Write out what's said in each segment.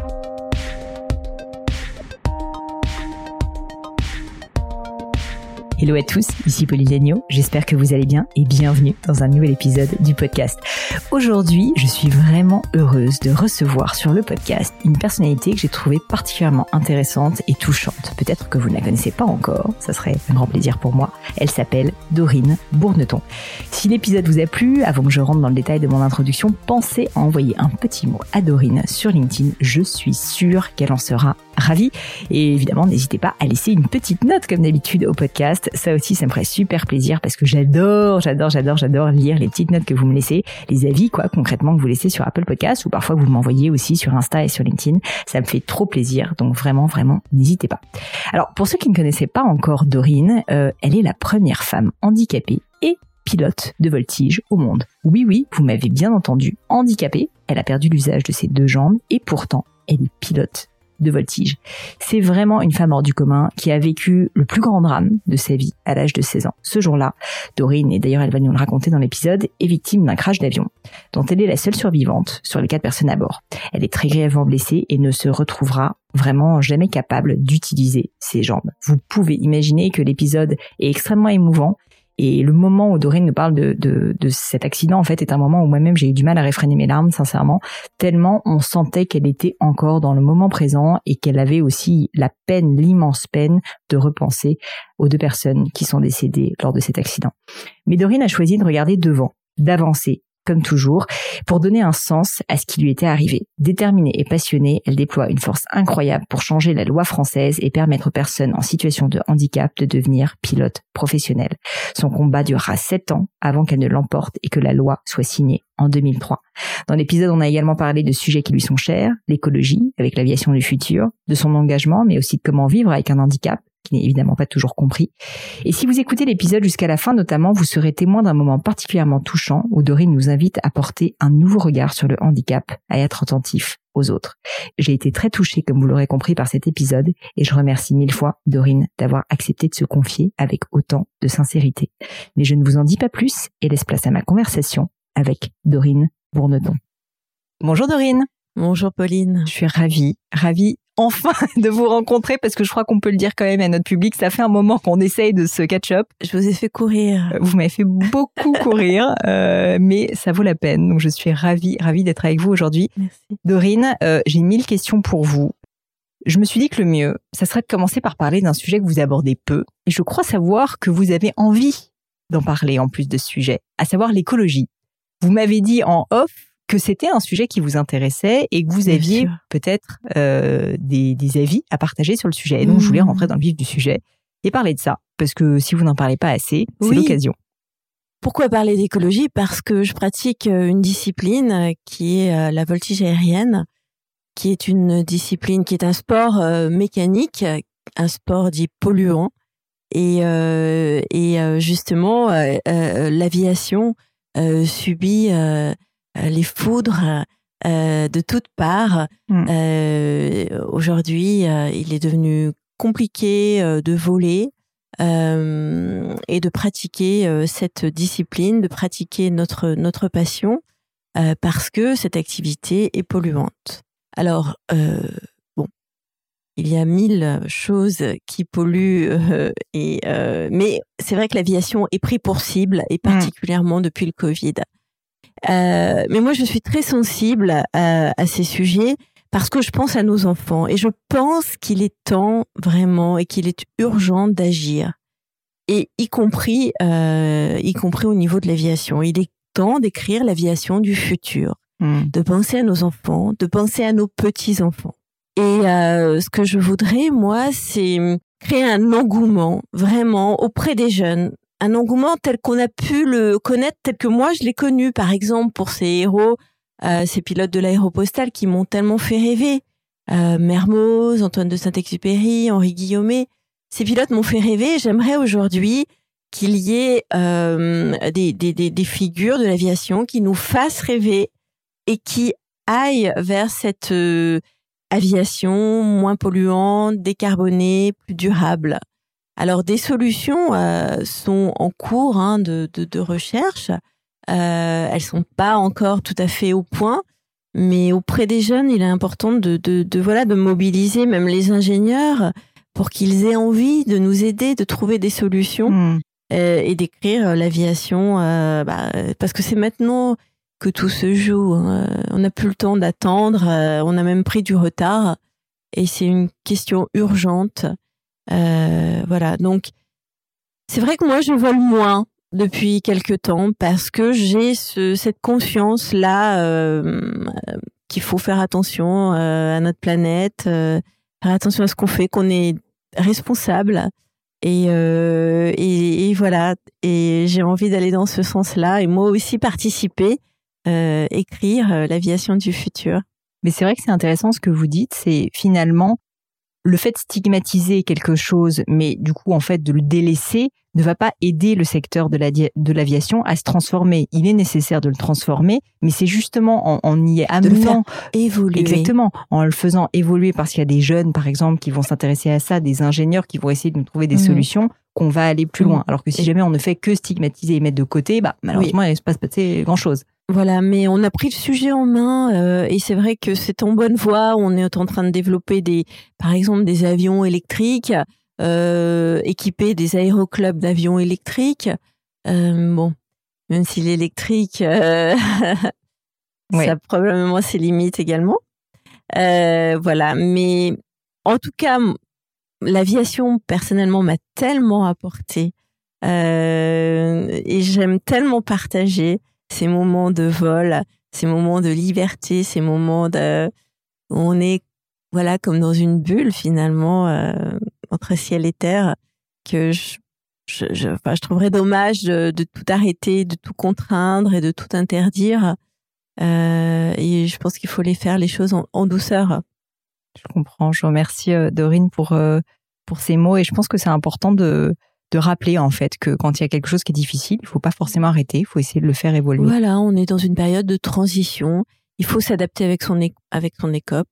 Hello à tous, ici Pauline Legnaud, j'espère que vous allez bien et bienvenue dans un nouvel épisode du podcast. Aujourd'hui, je suis vraiment heureuse de recevoir sur le podcast une personnalité que j'ai trouvée particulièrement intéressante et touchante. Peut-être que vous ne la connaissez pas encore, ça serait un grand plaisir pour moi. Elle s'appelle Dorine Bourneton. Si l'épisode vous a plu, avant que je rentre dans le détail de mon introduction, pensez à envoyer un petit mot à Dorine sur LinkedIn. Je suis sûre qu'elle en sera ravie. Et évidemment, n'hésitez pas à laisser une petite note comme d'habitude au podcast. Ça aussi, ça me ferait super plaisir parce que j'adore lire les petites notes que vous me laissez, les avis, concrètement, que vous laissez sur Apple Podcasts ou parfois que vous m'envoyez aussi sur Insta et sur LinkedIn. Ça me fait trop plaisir. Donc vraiment, n'hésitez pas. Alors, pour ceux qui ne connaissaient pas encore Dorine, elle est la première femme handicapée et pilote de voltige au monde. Oui, vous m'avez bien entendu, handicapée. Elle a perdu l'usage de ses deux jambes et pourtant, elle est pilote de voltige. C'est vraiment une femme hors du commun qui a vécu le plus grand drame de sa vie à l'âge de 16 ans. Ce jour-là, Dorine, et d'ailleurs elle va nous le raconter dans l'épisode, est victime d'un crash d'avion dont elle est la seule survivante sur les 4 personnes à bord. Elle est très grièvement blessée et ne se retrouvera vraiment jamais capable d'utiliser ses jambes. Vous pouvez imaginer que l'épisode est extrêmement émouvant. Et le moment où Dorine nous parle de cet accident, en fait, est un moment où moi-même j'ai eu du mal à réfréner mes larmes, sincèrement, tellement on sentait qu'elle était encore dans le moment présent et qu'elle avait aussi la peine, l'immense peine de repenser aux 2 personnes qui sont décédées lors de cet accident. Mais Dorine a choisi de regarder devant, d'avancer, comme toujours, pour donner un sens à ce qui lui était arrivé. Déterminée et passionnée, elle déploie une force incroyable pour changer la loi française et permettre aux personnes en situation de handicap de devenir pilotes professionnels. Son combat durera 7 ans avant qu'elle ne l'emporte et que la loi soit signée en 2003. Dans l'épisode, on a également parlé de sujets qui lui sont chers, l'écologie, avec l'aviation du futur, de son engagement, mais aussi de comment vivre avec un handicap, qui n'est évidemment pas toujours compris. Et si vous écoutez l'épisode jusqu'à la fin notamment, vous serez témoin d'un moment particulièrement touchant où Dorine nous invite à porter un nouveau regard sur le handicap, à être attentif aux autres. J'ai été très touchée, comme vous l'aurez compris, par cet épisode et je remercie 1000 fois Dorine d'avoir accepté de se confier avec autant de sincérité. Mais je ne vous en dis pas plus et laisse place à ma conversation avec Dorine Bourneton. Bonjour Dorine. Bonjour Pauline. Je suis ravie enfin de vous rencontrer parce que je crois qu'on peut le dire quand même à notre public, ça fait un moment qu'on essaye de se catch-up. Je vous ai fait courir. Vous m'avez fait beaucoup courir, mais ça vaut la peine. Donc je suis ravie d'être avec vous aujourd'hui. Merci. Dorine, j'ai 1000 questions pour vous. Je me suis dit que le mieux, ça serait de commencer par parler d'un sujet que vous abordez peu. Et je crois savoir que vous avez envie d'en parler en plus de ce sujet, à savoir l'écologie. Vous m'avez dit en off que c'était un sujet qui vous intéressait et que vous aviez peut-être des avis à partager sur le sujet. Et donc, je voulais rentrer dans le vif du sujet et parler de ça. Parce que si vous n'en parlez pas assez, c'est l'occasion. Pourquoi parler d'écologie ? Parce que je pratique une discipline qui est la voltige aérienne, qui est une discipline qui est un sport mécanique, un sport dit polluant. Et justement, l'aviation subit les foudres de toutes parts. Aujourd'hui, il est devenu compliqué de voler et de pratiquer cette discipline, de pratiquer notre passion parce que cette activité est polluante. Alors, il y a 1000 choses qui polluent, mais c'est vrai que l'aviation est prise pour cible, et particulièrement depuis le Covid. Mais moi, je suis très sensible à ces sujets parce que je pense à nos enfants et je pense qu'il est temps vraiment et qu'il est urgent d'agir, et y compris au niveau de l'aviation. Il est temps d'écrire l'aviation du futur, de penser à nos enfants, de penser à nos petits-enfants. Et ce que je voudrais, moi, c'est créer un engouement vraiment auprès des jeunes. Un engouement tel qu'on a pu le connaître, tel que moi je l'ai connu, par exemple, pour ces héros, ces pilotes de l'Aéropostale qui m'ont tellement fait rêver. Mermoz, Antoine de Saint-Exupéry, Henri Guillaumet. Ces pilotes m'ont fait rêver. J'aimerais aujourd'hui qu'il y ait des figures de l'aviation qui nous fassent rêver et qui aillent vers cette aviation moins polluante, décarbonée, plus durable. Alors, des solutions sont en cours de recherche. Elles sont pas encore tout à fait au point, Mais auprès des jeunes, il est important de mobiliser même les ingénieurs pour qu'ils aient envie de nous aider, de trouver des solutions et d'écrire l'aviation. Parce que c'est maintenant que tout se joue. On n'a plus le temps d'attendre. On a même pris du retard. Et c'est une question urgente. Voilà. Donc, c'est vrai que moi, je vole moins depuis quelques temps parce que j'ai cette conscience-là qu'il faut faire attention à notre planète, faire attention à ce qu'on fait, qu'on est responsable. Et voilà. Et j'ai envie d'aller dans ce sens-là et moi aussi participer, écrire l'aviation du futur. Mais c'est vrai que c'est intéressant ce que vous dites, c'est finalement le fait de stigmatiser quelque chose, mais du coup, en fait, de le délaisser, ne va pas aider le secteur de l'aviation à se transformer. Il est nécessaire de le transformer, mais c'est justement en y amenant... De le faire évoluer. Exactement, en le faisant évoluer, parce qu'il y a des jeunes, par exemple, qui vont s'intéresser à ça, des ingénieurs qui vont essayer de nous trouver des solutions, qu'on va aller plus loin. Alors que si jamais on ne fait que stigmatiser et mettre de côté, malheureusement, il ne va pas se passer grand-chose. Voilà, mais on a pris le sujet en main et c'est vrai que c'est en bonne voie. On est en train de développer par exemple, des avions électriques, équipés des aéroclubs d'avions électriques. Même si l'électrique, ça a probablement ses limites également. Voilà, mais en tout cas, l'aviation personnellement m'a tellement apporté et j'aime tellement partager ces moments de vol, ces moments de liberté, ces moments où on est comme dans une bulle finalement entre ciel et terre, que je trouverais dommage de tout arrêter, de tout contraindre et de tout interdire. Et je pense qu'il faut faire les choses en douceur. Je comprends. Je vous remercie Dorine pour ces mots et je pense que c'est important de rappeler en fait que quand il y a quelque chose qui est difficile, il faut pas forcément arrêter, il faut essayer de le faire évoluer. Voilà, on est dans une période de transition. Il faut s'adapter avec son époque.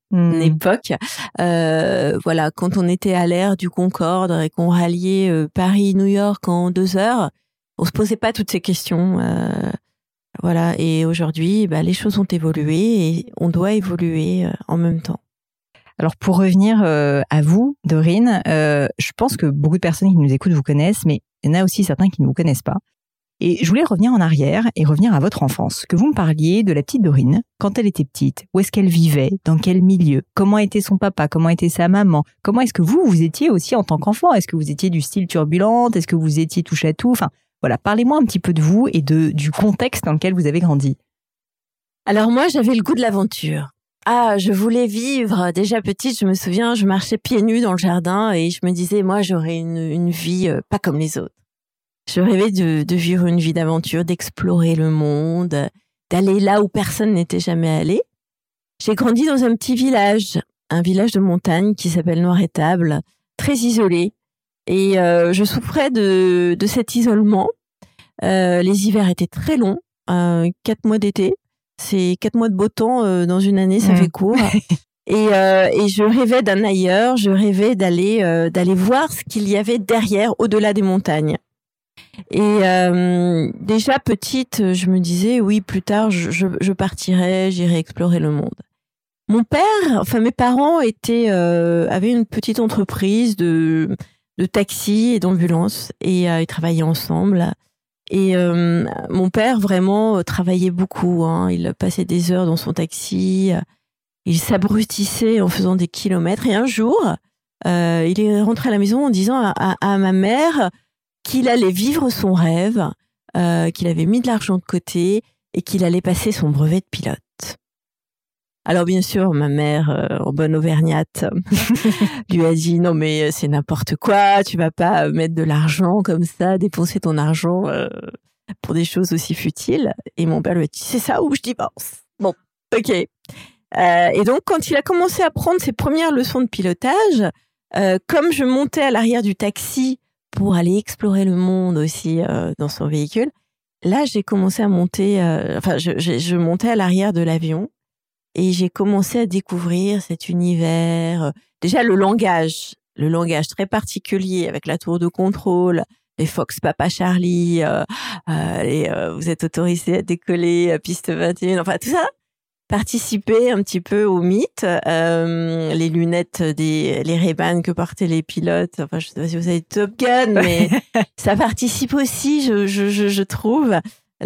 Voilà, quand on était à l'ère du Concorde et qu'on ralliait Paris-New York en 2 heures, on se posait pas toutes ces questions. Voilà, et aujourd'hui, les choses ont évolué et on doit évoluer en même temps. Alors pour revenir à vous, Dorine, je pense que beaucoup de personnes qui nous écoutent vous connaissent, mais il y en a aussi certains qui ne vous connaissent pas. Et je voulais revenir en arrière et revenir à votre enfance, que vous me parliez de la petite Dorine, quand elle était petite, où est-ce qu'elle vivait, dans quel milieu, comment était son papa, comment était sa maman, comment est-ce que vous étiez aussi en tant qu'enfant, est-ce que vous étiez du style turbulente, est-ce que vous étiez touche à tout, enfin voilà, parlez-moi un petit peu de vous et du contexte dans lequel vous avez grandi. Alors moi, j'avais le goût de l'aventure. Je voulais vivre. Déjà petite, je me souviens, je marchais pieds nus dans le jardin et je me disais, moi, j'aurais une vie pas comme les autres. Je rêvais de vivre une vie d'aventure, d'explorer le monde, d'aller là où personne n'était jamais allé. J'ai grandi dans un petit village, un village de montagne qui s'appelle Noir-Étable, très isolé. Et je souffrais de cet isolement. Les hivers étaient très longs, 4 mois d'été. C'est 4 mois de beau temps dans une année, ça fait court. Et je rêvais d'un ailleurs, je rêvais d'aller voir ce qu'il y avait derrière, au-delà des montagnes. Et déjà petite, je me disais, oui, plus tard, je partirai, j'irai explorer le monde. Mes parents avaient une petite entreprise de taxi et d'ambulance et ils travaillaient ensemble. Et mon père vraiment travaillait beaucoup. Il passait des heures dans son taxi. Il s'abrutissait en faisant des kilomètres. Et un jour, il est rentré à la maison en disant à ma mère qu'il allait vivre son rêve, qu'il avait mis de l'argent de côté et qu'il allait passer son brevet de pilote. Alors bien sûr, ma mère, en bonne auvergnate, lui a dit « Non mais c'est n'importe quoi, tu vas pas mettre de l'argent comme ça, dépenser ton argent pour des choses aussi futiles. » Et mon père lui a dit « C'est ça où je divorce. » Bon, ok. Et donc quand il a commencé à prendre ses premières leçons de pilotage, comme je montais à l'arrière du taxi pour aller explorer le monde aussi dans son véhicule, là j'ai commencé à monter, je montais à l'arrière de l'avion. Et j'ai commencé à découvrir cet univers. Déjà, le langage très particulier avec la tour de contrôle, les Fox Papa Charlie, vous êtes autorisé à décoller à piste 21, enfin tout ça. participé un petit peu au mythe. Les lunettes, les Ray-Ban que portaient les pilotes. Enfin, je sais pas si vous avez Top Gun, mais ça participe aussi, je trouve,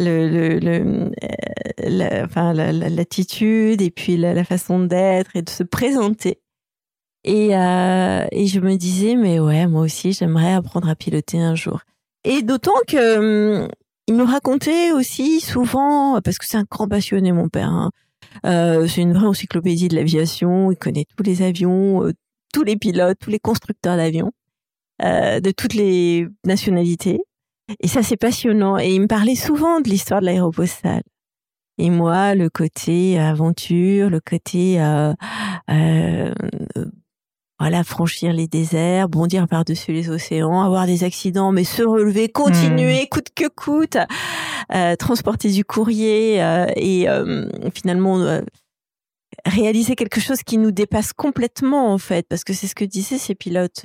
l'attitude et puis la façon d'être et de se présenter. Et je me disais, mais ouais, moi aussi, j'aimerais apprendre à piloter un jour. Et d'autant que il me racontait aussi souvent, parce que c'est un grand passionné, mon père, hein, c'est une vraie encyclopédie de l'aviation, il connaît tous les avions, tous les pilotes, tous les constructeurs d'avions, de toutes les nationalités. Et ça, c'est passionnant. Et il me parlait souvent de l'histoire de l'aéropostale. Et moi, le côté aventure, le côté voilà, franchir les déserts, bondir par-dessus les océans, avoir des accidents, mais se relever, continuer, coûte que coûte, transporter du courrier et finalement réaliser quelque chose qui nous dépasse complètement, en fait, parce que c'est ce que disaient ces pilotes.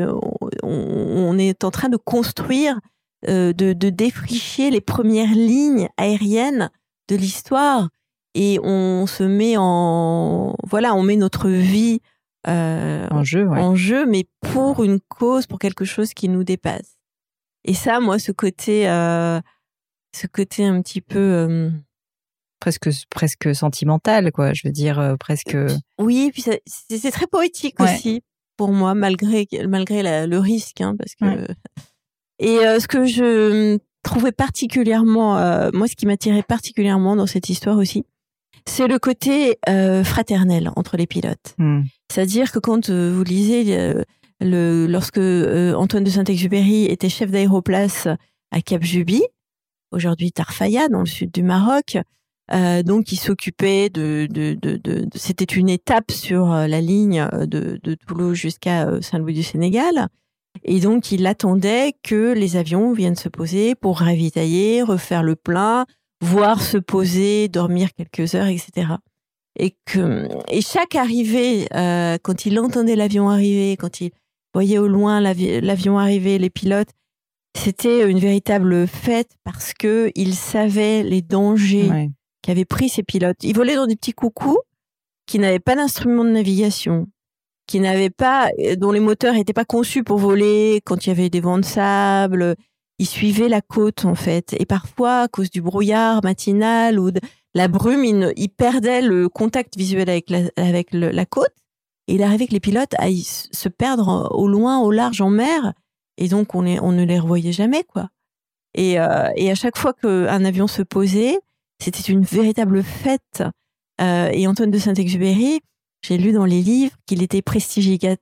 On est en train de construire, de défricher les premières lignes aériennes de l'histoire et on se met on met notre vie en jeu, mais pour une cause, pour quelque chose qui nous dépasse. Et ça, moi, ce côté un petit peu presque sentimental, quoi. Je veux dire, presque. Oui, puis c'est très poétique aussi pour moi, malgré le risque, hein, parce que. Ouais. Et ce que je trouvais particulièrement, moi, ce qui m'attirait particulièrement dans cette histoire aussi, c'est le côté fraternel entre les pilotes. C'est-à-dire que quand vous lisez lorsque Antoine de Saint-Exupéry était chef d'aéroplace à Cap Juby, aujourd'hui Tarfaya, dans le sud du Maroc, donc il s'occupait c'était une étape sur la ligne de Toulouse jusqu'à Saint-Louis du Sénégal. Et donc, il attendait que les avions viennent se poser pour ravitailler, refaire le plein, voire se poser, dormir quelques heures, etc. Et chaque arrivée, quand il entendait l'avion arriver, quand il voyait au loin l'avion arriver, les pilotes, c'était une véritable fête parce que il savait les dangers qu'avaient pris ces pilotes. Ils volaient dans des petits coucous qui n'avaient pas d'instrument de navigation, dont les moteurs n'étaient pas conçus pour voler quand il y avait des vents de sable. Ils suivaient la côte, en fait. Et parfois, à cause du brouillard matinal ou de la brume, ils perdaient le contact visuel avec la côte. Et il arrivait que les pilotes aillent se perdre au loin, au large, en mer. Et donc, on ne les revoyait jamais, quoi. Et à chaque fois qu'un avion se posait, c'était une véritable fête. Et Antoine de Saint-Exupéry, j'ai lu dans les livres qu'il était prestidigitateur,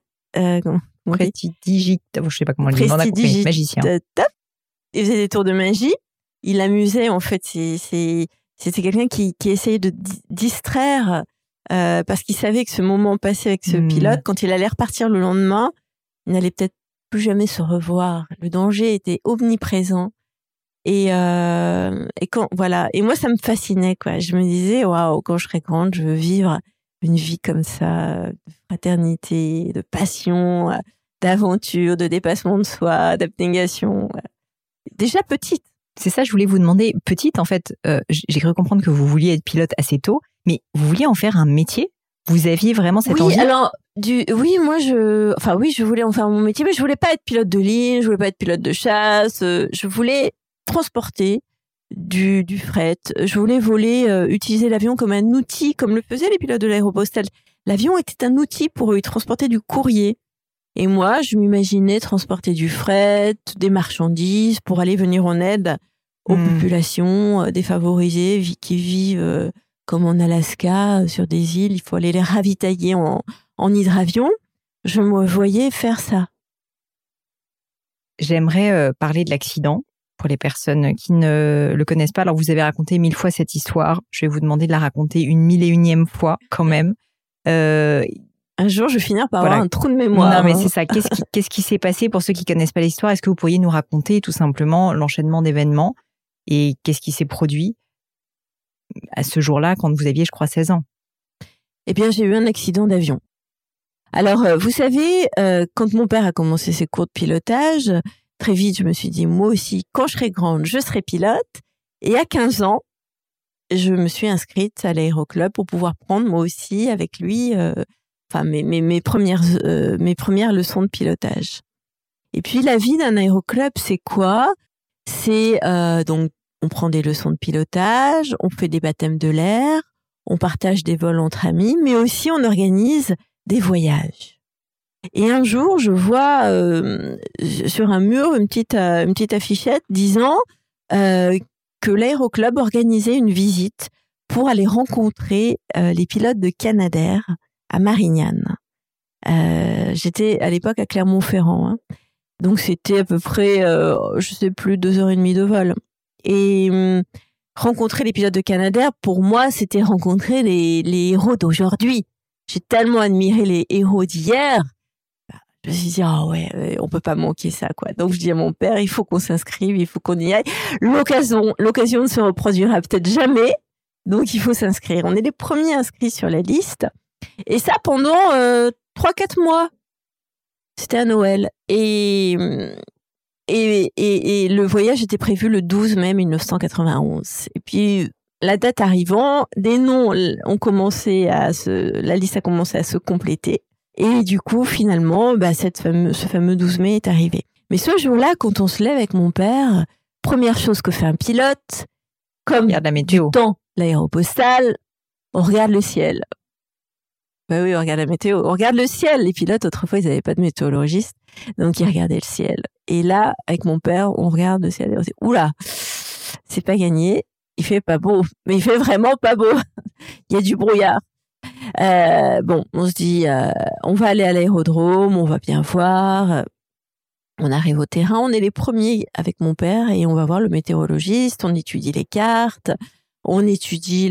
je sais pas comment le dire, on a compris, magicien. Il faisait des tours de magie. Il amusait, en fait. C'était quelqu'un qui essayait de distraire, parce qu'il savait que ce moment passé avec ce pilote, quand il allait repartir le lendemain, il n'allait peut-être plus jamais se revoir. Le danger était omniprésent. Et moi, ça me fascinait, quoi. Je me disais, waouh, quand je serai grande, je veux vivre une vie comme ça, de fraternité, de passion, d'aventure, de dépassement de soi, d'abnégation. Déjà petite. C'est ça, je voulais vous demander, petite, en fait, j'ai cru comprendre que vous vouliez être pilote assez tôt, mais vous vouliez en faire un métier? Vous aviez vraiment cette envie? Je voulais en faire mon métier, mais je voulais pas être pilote de ligne, je voulais pas être pilote de chasse, je voulais transporter du fret. Je voulais voler, utiliser l'avion comme un outil, comme le faisaient les pilotes de l'aéropostale. L'avion était un outil pour eux, ils transportaient du courrier. Et moi, je m'imaginais transporter du fret, des marchandises pour aller venir en aide aux populations défavorisées qui vivent comme en Alaska, sur des îles. Il faut aller les ravitailler en hydravion. Je me voyais faire ça. J'aimerais parler de l'accident pour les personnes qui ne le connaissent pas. Alors, vous avez raconté 1000 fois cette histoire. Je vais vous demander de la raconter une 1001e fois quand même. Un jour, je vais finir par avoir un trou de mémoire. Non, mais c'est ça. Qu'est-ce qui s'est passé pour ceux qui connaissent pas l'histoire? Est-ce que vous pourriez nous raconter tout simplement l'enchaînement d'événements et qu'est-ce qui s'est produit à ce jour-là quand vous aviez, je crois, 16 ans? Eh bien, j'ai eu un accident d'avion. Alors, vous savez, quand mon père a commencé ses cours de pilotage, très vite, je me suis dit, moi aussi, quand je serai grande, je serai pilote. Et à 15 ans, je me suis inscrite à l'aéroclub pour pouvoir prendre moi aussi avec lui mes premières leçons de pilotage. Et puis la vie d'un aéroclub, c'est quoi ? C'est donc on prend des leçons de pilotage, on fait des baptêmes de l'air, on partage des vols entre amis, mais aussi on organise des voyages. Et un jour, je vois sur un mur une petite affichette disant que l'aéroclub organisait une visite pour aller rencontrer les pilotes de Canadair à Marignane. J'étais à l'époque à Clermont-Ferrand, hein. Donc c'était à peu près, 2h30 de vol. Et rencontrer les pilotes de Canadair, pour moi, c'était rencontrer les héros d'aujourd'hui. J'ai tellement admiré les héros d'hier. Je me suis dit, on peut pas manquer ça, quoi. Donc je dis à mon père, il faut qu'on s'inscrive, il faut qu'on y aille. L'occasion ne se reproduira peut-être jamais, donc il faut s'inscrire. On est les premiers inscrits sur la liste. Et ça pendant 3-4 mois. C'était à Noël. Et le voyage était prévu le 12 mai 1991. Et puis, la date arrivant, des noms ont commencé la liste a commencé à se compléter. Et du coup, finalement, ce fameux 12 mai est arrivé. Mais ce jour-là, quand on se lève avec mon père, première chose que fait un pilote, comme la météo. Dans l'aéropostale, on regarde le ciel. Bah oui, on regarde la météo. On regarde le ciel. Les pilotes, autrefois, ils n'avaient pas de météorologiste. Donc, ils regardaient le ciel. Et là, avec mon père, on regarde le ciel et on se dit, oula, c'est pas gagné. Il fait pas beau. Mais il fait vraiment pas beau. Il y a du brouillard. On se dit, on va aller à l'aérodrome, on va bien voir. On arrive au terrain. On est les premiers avec mon père et on va voir le météorologiste. On étudie les cartes. On étudie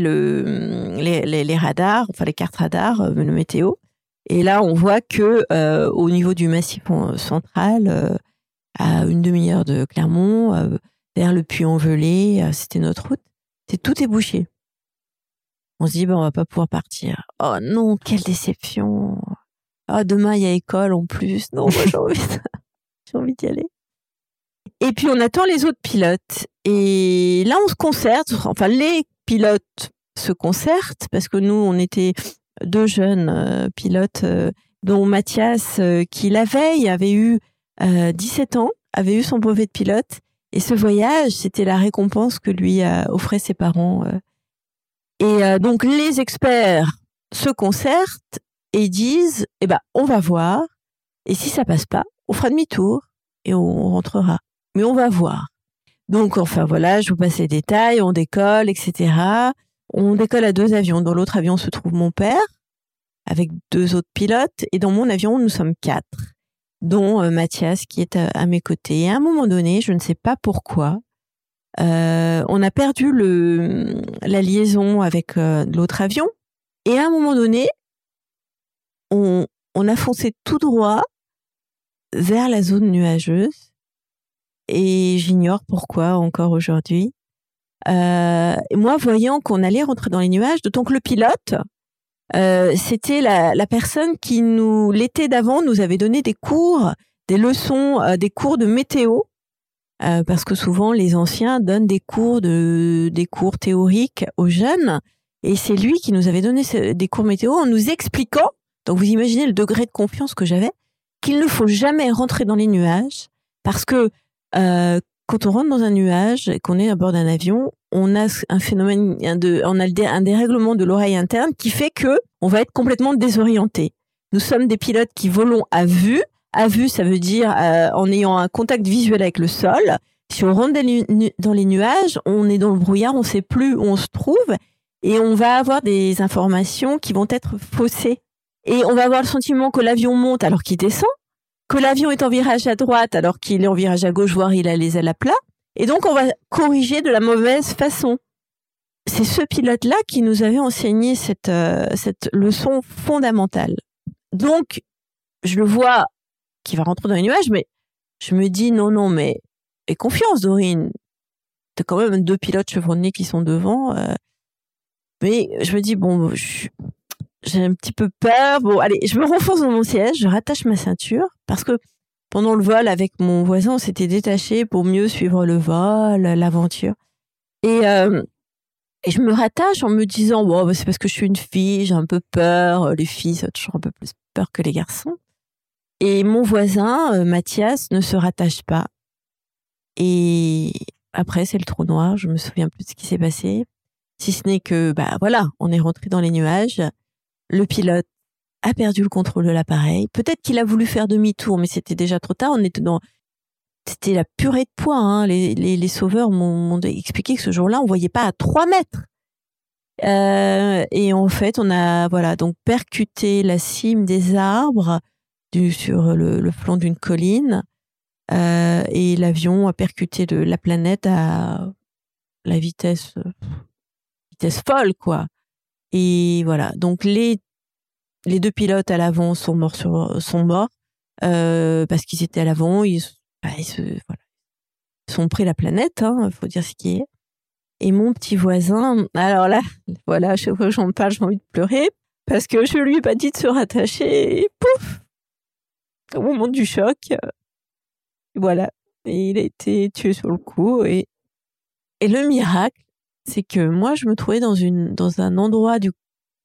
les radars, enfin les cartes radars, le météo. Et là, on voit que au niveau du massif central, à une demi-heure de Clermont, vers le Puy-en-Velay, c'était notre route, tout est bouché. On se dit, on va pas pouvoir partir. Oh non, quelle déception. Ah, demain, il y a école en plus. Non, moi, j'ai envie d'y aller. Et puis, on attend les autres pilotes. Et là, on se concerte. Enfin, les pilotes se concertent parce que nous, on était 2 jeunes pilotes, dont Mathias, qui la veille avait eu 17 ans, avait eu son brevet de pilote. Et ce voyage, c'était la récompense que lui offraient ses parents. Donc, les experts se concertent et disent, on va voir. Et si ça passe pas, on fera demi-tour et on rentrera. Mais on va voir. Donc, enfin, voilà, je vous passe les détails. On décolle, etc. On décolle à 2 avions. Dans l'autre avion se trouve mon père, avec 2 autres pilotes. Et dans mon avion, nous sommes 4, dont Mathias, qui est à mes côtés. Et à un moment donné, je ne sais pas pourquoi, on a perdu la liaison avec l'autre avion. Et à un moment donné, on a foncé tout droit vers la zone nuageuse. Et j'ignore pourquoi encore aujourd'hui. Moi, voyant qu'on allait rentrer dans les nuages, d'autant que le pilote, c'était la personne qui l'été d'avant, nous avait donné des cours, des leçons, des cours de météo, parce que souvent les anciens donnent des cours théoriques aux jeunes, et c'est lui qui nous avait donné des cours météo en nous expliquant, donc vous imaginez le degré de confiance que j'avais, qu'il ne faut jamais rentrer dans les nuages, parce que quand on rentre dans un nuage et qu'on est à bord d'un avion, on a un phénomène, on a un dérèglement de l'oreille interne qui fait que on va être complètement désorienté. Nous sommes des pilotes qui volons à vue. À vue, ça veut dire en ayant un contact visuel avec le sol. Si on rentre dans les nuages, on est dans le brouillard, on ne sait plus où on se trouve et on va avoir des informations qui vont être faussées. Et on va avoir le sentiment que l'avion monte alors qu'il descend, que l'avion est en virage à droite alors qu'il est en virage à gauche, voire il a les ailes à plat. Et donc, on va corriger de la mauvaise façon. C'est ce pilote-là qui nous avait enseigné cette leçon fondamentale. Donc, je le vois qui va rentrer dans les nuages, mais je me dis non, mais aie confiance, Dorine. T'as quand même 2 pilotes chevronnés qui sont devant. Mais je me dis, j'ai un petit peu peur. Bon, allez, je me renfonce dans mon siège, je rattache ma ceinture, parce que pendant le vol, avec mon voisin, on s'était détaché pour mieux suivre le vol, l'aventure. Et Et je me rattache en me disant, bon, c'est parce que je suis une fille, j'ai un peu peur. Les filles, ça a toujours un peu plus peur que les garçons. Et mon voisin, Mathias, ne se rattache pas. Et après, c'est le trou noir. Je me souviens plus de ce qui s'est passé. Si ce n'est que, voilà, on est rentré dans les nuages. Le pilote a perdu le contrôle de l'appareil. Peut-être qu'il a voulu faire demi-tour, mais c'était déjà trop tard. C'était la purée de poids, hein. Les sauveurs m'ont expliqué que ce jour-là, on voyait pas à 3 mètres. Et en fait, on a, donc percuté la cime des arbres sur le flanc d'une colline. Et l'avion a percuté la planète à la vitesse folle, quoi. Et voilà. Donc, les 2 pilotes à l'avant sont morts parce qu'ils étaient à l'avant. Ils sont pris la planète, hein, faut dire ce qui est. Et mon petit voisin, alors là, voilà, chaque fois que j'en parle, j'ai envie de pleurer parce que je lui ai pas dit de se rattacher. Et pouf, au moment du choc, voilà, et il a été tué sur le coup. Et le miracle, c'est que moi, je me trouvais dans un endroit de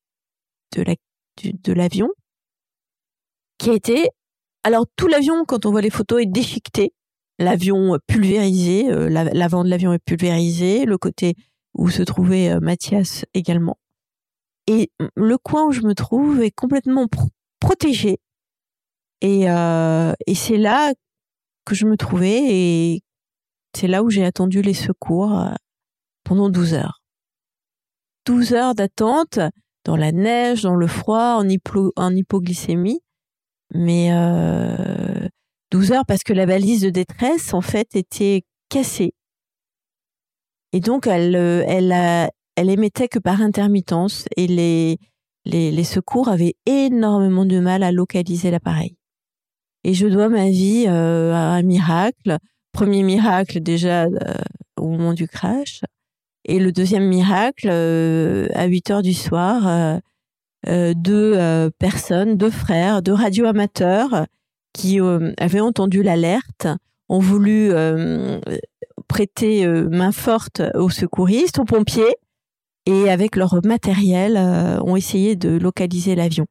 l'avion qui a été... Alors, tout l'avion, quand on voit les photos, est déchiqueté. L'avion pulvérisé, l'avant de l'avion est pulvérisé, le côté où se trouvait Mathias également. Et le coin où je me trouve est complètement protégé. Et c'est là que je me trouvais, et c'est là où j'ai attendu les secours pendant 12 heures. 12 heures d'attente, dans la neige, dans le froid, en hypoglycémie. Mais 12 heures parce que la balise de détresse, en fait, était cassée. Et donc, elle émettait que par intermittence. Et les secours avaient énormément de mal à localiser l'appareil. Et je dois ma vie à un miracle. Premier miracle, déjà, au moment du crash. Et le deuxième miracle, à 8 heures du soir, 2 personnes, 2 frères, 2 radioamateurs qui avaient entendu l'alerte, ont voulu prêter main forte aux secouristes, aux pompiers, et avec leur matériel, ont essayé de localiser l'avion.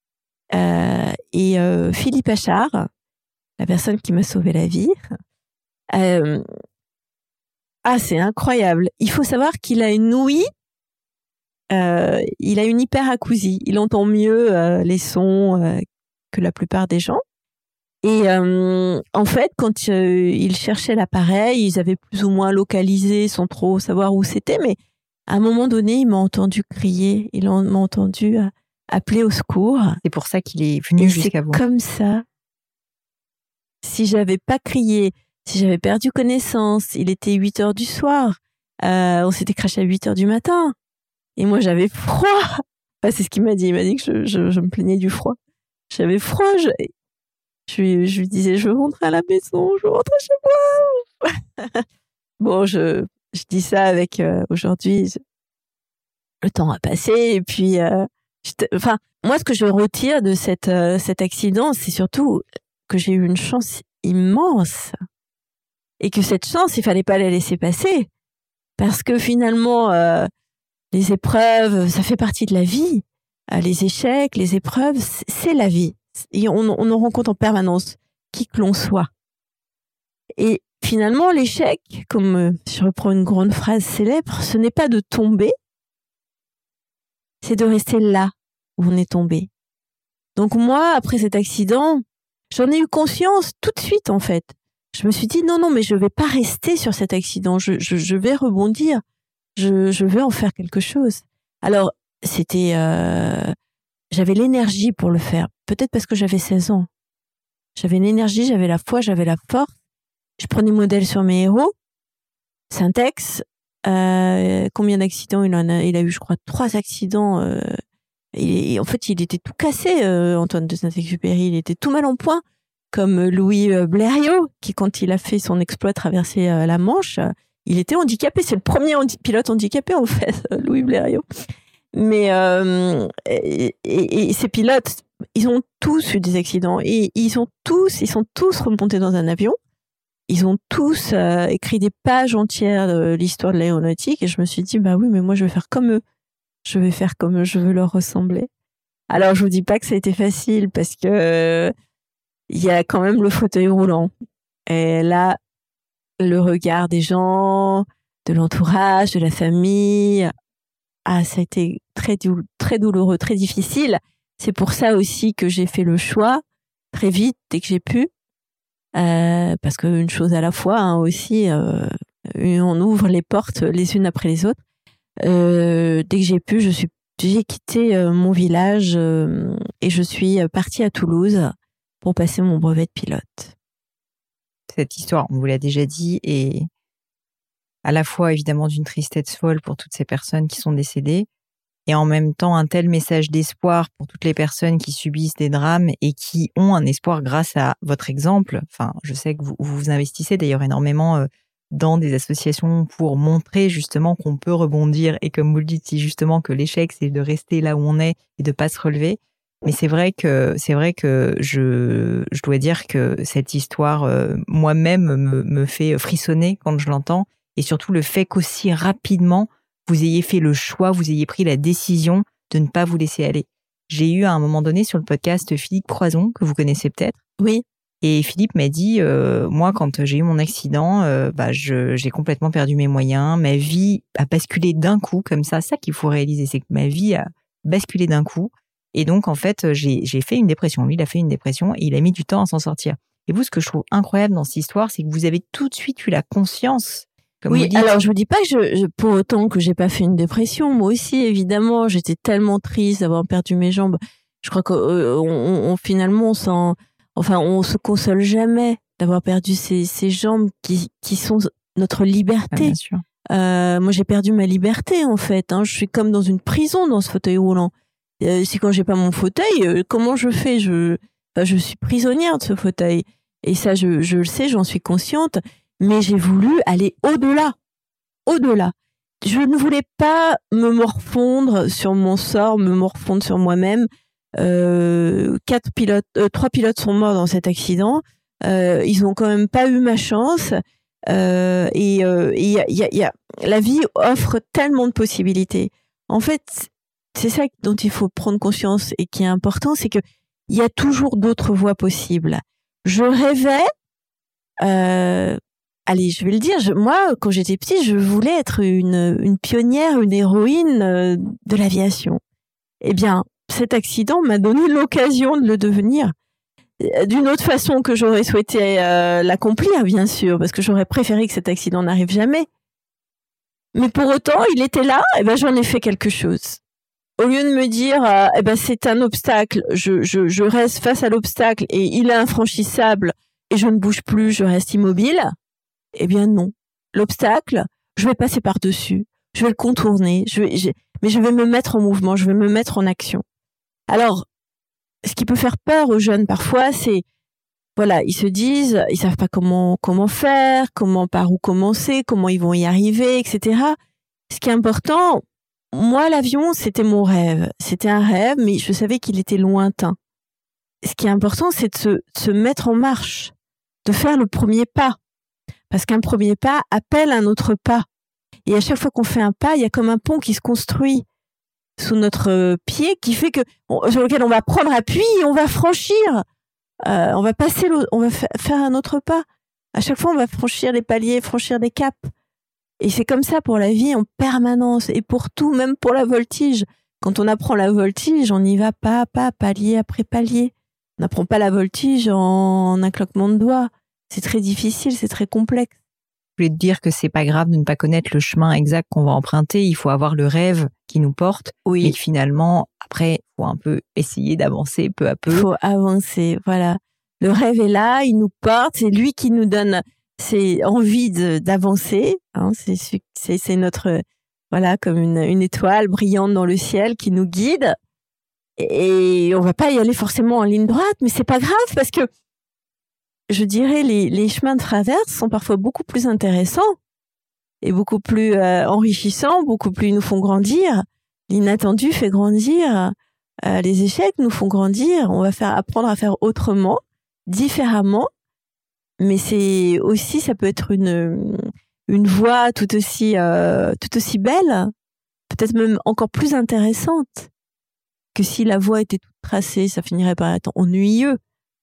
Et Philippe Achard, la personne qui m'a sauvé la vie, c'est incroyable. Il faut savoir qu'il a une ouïe, il a une hyperacousie. Il entend mieux les sons que la plupart des gens. Et en fait, quand ils cherchaient l'appareil, ils avaient plus ou moins localisé sans trop savoir où c'était. Mais à un moment donné, il m'a entendu crier. Il m'a entendu appeler au secours. C'est pour ça qu'il est venu jusqu'à vous. C'est comme ça. Si j'avais pas crié, si j'avais perdu connaissance, il était 8 heures du soir. On s'était crashé à 8 heures du matin. Et moi, j'avais froid. Enfin, c'est ce qu'il m'a dit. Il m'a dit que je me plaignais du froid. J'avais froid. Je lui disais, je veux rentrer à la maison. Je veux rentrer chez moi. Bon, je dis ça avec aujourd'hui. Le temps a passé. Et puis, moi, ce que je retire de cet accident, c'est surtout que j'ai eu une chance immense. Et que cette chance, il fallait pas la laisser passer. Parce que finalement, les épreuves, ça fait partie de la vie. Les échecs, les épreuves, c'est la vie. Et on en rencontre en permanence, qui que l'on soit. Et finalement, l'échec, comme je reprends une grande phrase célèbre, ce n'est pas de tomber, c'est de rester là où on est tombé. Donc moi, après cet accident, j'en ai eu conscience tout de suite, en fait. Je me suis dit, non, mais je vais pas rester sur cet accident. Je vais rebondir. Je vais en faire quelque chose. Alors, c'était... j'avais l'énergie pour le faire. Peut-être parce que j'avais 16 ans. J'avais l'énergie, j'avais la foi, j'avais la force. Je prenais modèle sur mes héros. Syntex. Combien d'accidents il a eu, je crois, 3 accidents. Et en fait, il était tout cassé, Antoine de Saint-Exupéry. Il était tout mal en point. Comme Louis Blériot, qui, quand il a fait son exploit traverser la Manche, il était handicapé. C'est le premier pilote handicapé, en fait, Louis Blériot. Mais et ces pilotes, ils ont tous eu des accidents et ils sont tous remontés dans un avion ils ont tous écrit des pages entières de l'histoire de l'aéronautique et je me suis dit, bah oui, mais moi, je vais faire comme eux. Je vais faire comme eux, je veux leur ressembler. Alors, je vous dis pas que ça a été facile parce que il y a quand même le fauteuil roulant. Et là, le regard des gens, de l'entourage, de la famille, ça a été très douloureux, très difficile. C'est pour ça aussi que j'ai fait le choix très vite, dès que j'ai pu, parce qu'une chose à la fois aussi, on ouvre les portes les unes après les autres. Dès que j'ai pu, j'ai quitté mon village et je suis partie à Toulouse pour passer mon brevet de pilote. Cette histoire, on vous l'a déjà dit, est à la fois évidemment d'une tristesse folle pour toutes ces personnes qui sont décédées et en même temps un tel message d'espoir pour toutes les personnes qui subissent des drames et qui ont un espoir grâce à votre exemple. Enfin, je sais que vous investissez d'ailleurs énormément dans des associations pour montrer justement qu'on peut rebondir et comme vous le dites, si justement que l'échec c'est de rester là où on est et de pas se relever. Mais c'est vrai que je dois dire que cette histoire moi-même me fait frissonner quand je l'entends et surtout le fait qu'aussi rapidement vous ayez fait le choix, vous ayez pris la décision de ne pas vous laisser aller. J'ai eu à un moment donné sur le podcast Philippe Croison, que vous connaissez peut-être. Oui. Et Philippe m'a dit, moi, quand j'ai eu mon accident, j'ai complètement perdu mes moyens. Ma vie a basculé d'un coup, comme ça. Ça qu'il faut réaliser, c'est que ma vie a basculé d'un coup. Et donc, en fait, j'ai fait une dépression. Lui, il a fait une dépression et il a mis du temps à s'en sortir. Et vous, ce que je trouve incroyable dans cette histoire, c'est que vous avez tout de suite eu la conscience. Oui, alors je vous dis pas que pour autant que j'ai pas fait une dépression. Moi aussi, évidemment, j'étais tellement triste d'avoir perdu mes jambes. Je crois qu'on finalement, on se console jamais d'avoir perdu ces jambes qui sont notre liberté. Ah, bien sûr. Moi, j'ai perdu ma liberté en fait. Je suis comme dans une prison dans ce fauteuil roulant. Si quand j'ai pas mon fauteuil, comment je fais ? Je suis prisonnière de ce fauteuil. Et ça, je le sais, j'en suis consciente. Mais j'ai voulu aller au-delà. Je ne voulais pas me morfondre sur mon sort, me morfondre sur moi-même. 3 pilotes sont morts dans cet accident. Ils ont quand même pas eu ma chance. La vie offre tellement de possibilités. En fait, c'est ça dont il faut prendre conscience et qui est important, c'est que il y a toujours d'autres voies possibles. Je rêvais. Allez, je vais le dire. Moi, quand j'étais petite, je voulais être une pionnière, une héroïne de l'aviation. Eh bien, cet accident m'a donné l'occasion de le devenir. D'une autre façon que j'aurais souhaité l'accomplir, bien sûr, parce que j'aurais préféré que cet accident n'arrive jamais. Mais pour autant, il était là, et ben j'en ai fait quelque chose. Au lieu de me dire, c'est un obstacle, je reste face à l'obstacle et il est infranchissable et je ne bouge plus, je reste immobile. Eh bien non. L'obstacle, je vais passer par-dessus, je vais le contourner, mais je vais me mettre en mouvement, je vais me mettre en action. Alors, ce qui peut faire peur aux jeunes parfois, c'est, voilà, ils se disent, ils savent pas comment faire, par où commencer, comment ils vont y arriver, etc. Ce qui est important, moi, l'avion, c'était mon rêve. C'était un rêve, mais je savais qu'il était lointain. Ce qui est important, c'est de se mettre en marche, de faire le premier pas. Parce qu'un premier pas appelle un autre pas. Et à chaque fois qu'on fait un pas, il y a comme un pont qui se construit sous notre pied, qui fait sur lequel on va prendre appui et on va franchir. On va faire un autre pas. À chaque fois, on va franchir les paliers, franchir des caps. Et c'est comme ça pour la vie en permanence. Et pour tout, même pour la voltige. Quand on apprend la voltige, on y va pas à pas, palier après palier. On n'apprend pas la voltige en un claquement de doigts. C'est très difficile, c'est très complexe. Je voulais te dire que c'est pas grave de ne pas connaître le chemin exact qu'on va emprunter. Il faut avoir le rêve qui nous porte. Oui. Mais finalement, après, il faut un peu essayer d'avancer peu à peu. Il faut avancer, voilà. Le rêve est là, il nous porte, c'est lui qui nous donne ces envies d'avancer. C'est notre, voilà, comme une étoile brillante dans le ciel qui nous guide. Et on va pas y aller forcément en ligne droite, mais c'est pas grave parce que je dirais les chemins de traverse sont parfois beaucoup plus intéressants et beaucoup plus enrichissants, beaucoup plus nous font grandir. L'inattendu fait grandir, les échecs nous font grandir. On va apprendre à faire autrement, différemment. mais c'est aussi, ça peut être une voie tout aussi belle, peut-être même encore plus intéressante que si la voie était toute tracée, ça finirait par être ennuyeux.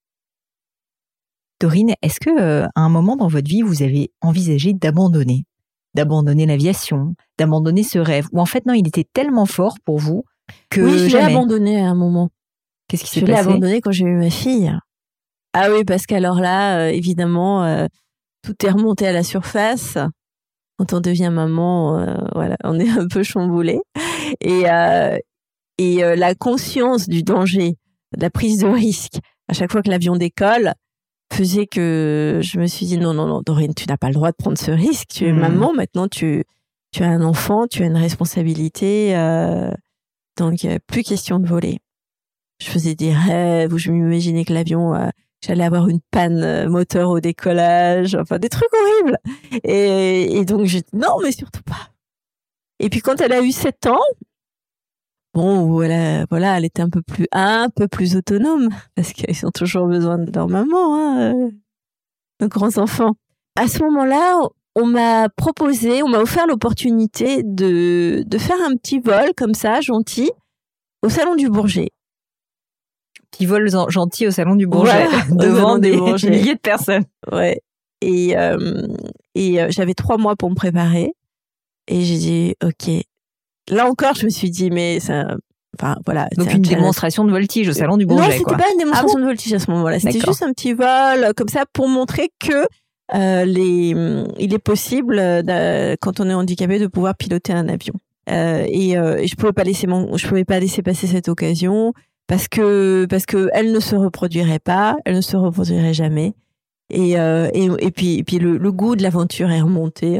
Dorine, est-ce que à un moment dans votre vie, vous avez envisagé d'abandonner l'aviation, d'abandonner ce rêve, ou en fait non, il était tellement fort pour vous que oui, je l'ai jamais. abandonné à un moment. Qu'est-ce qui s'est passé? Je l'ai abandonné quand j'ai eu ma fille. Ah oui, parce qu'alors là, évidemment, tout est remonté à la surface. Quand on devient maman, voilà, on est un peu chamboulé. Et la conscience du danger, de la prise de risque, à chaque fois que l'avion décolle, faisait que je me suis dit non, Dorine, tu n'as pas le droit de prendre ce risque. Tu es maman, maintenant tu as un enfant, tu as une responsabilité, donc plus question de voler. Je faisais des rêves où je m'imaginais que l'avion, j'allais avoir une panne moteur au décollage, enfin des trucs horribles. Et donc j'ai dit non, mais surtout pas. Et puis quand elle a eu 7 ans, bon, voilà, elle était un peu plus autonome, parce qu'ils ont toujours besoin de leur maman, nos grands enfants. À ce moment-là, on m'a offert l'opportunité de faire un petit vol comme ça, gentil, au Salon du Bourget. Petit vol gentil au Salon du Bourget, devant des milliers de personnes. Ouais. Et j'avais 3 mois pour me préparer. Et j'ai dit, OK. Là encore, je me suis dit, mais ça, enfin, voilà. Donc une démonstration de voltige au Salon du Bourget, non, c'était pas une démonstration de voltige à ce moment-là. C'était juste un petit vol, comme ça, pour montrer que, il est possible, quand on est handicapé, de pouvoir piloter un avion. Et je pouvais pas laisser passer cette occasion parce que elle ne se reproduirait pas, elle ne se reproduirait jamais. Et puis le goût de l'aventure est remonté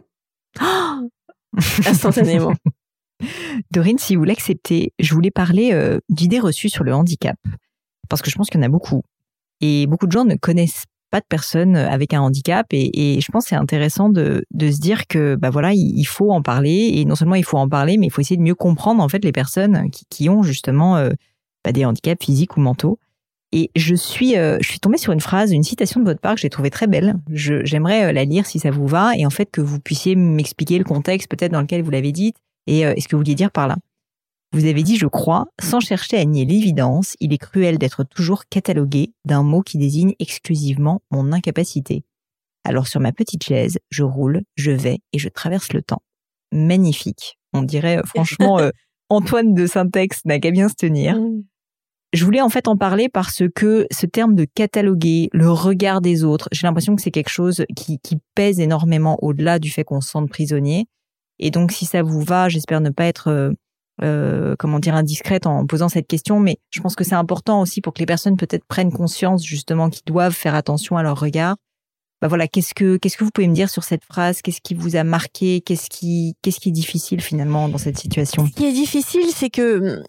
instantanément. Dorine, si vous l'acceptez, je voulais parler d'idées reçues sur le handicap. Parce que je pense qu'il y en a beaucoup. Et beaucoup de gens ne connaissent pas de personnes avec un handicap. Et je pense que c'est intéressant de se dire que, bah voilà, il faut en parler. Et non seulement il faut en parler, mais il faut essayer de mieux comprendre, en fait, les personnes qui ont justement des handicaps physiques ou mentaux. Et je suis tombée sur une phrase, une citation de votre part que j'ai trouvée très belle. J'aimerais la lire si ça vous va. Et en fait, que vous puissiez m'expliquer le contexte peut-être dans lequel vous l'avez dite. Et ce que vous vouliez dire par là. Vous avez dit, je crois, sans chercher à nier l'évidence, il est cruel d'être toujours catalogué d'un mot qui désigne exclusivement mon incapacité. Alors sur ma petite chaise, je roule, je vais et je traverse le temps. Magnifique. On dirait franchement, Antoine de Saint-Ex n'a qu'à bien se tenir. Je voulais en fait en parler parce que ce terme de cataloguer, le regard des autres, j'ai l'impression que c'est quelque chose qui pèse énormément au-delà du fait qu'on se sente prisonnier. Et donc, si ça vous va, j'espère ne pas être, indiscrète en posant cette question, mais je pense que c'est important aussi pour que les personnes peut-être prennent conscience justement qu'ils doivent faire attention à leur regard. Bah voilà, qu'est-ce que vous pouvez me dire sur cette phrase? Qu'est-ce qui vous a marqué? Qu'est-ce qui est difficile finalement dans cette situation? Ce qui est difficile, c'est que,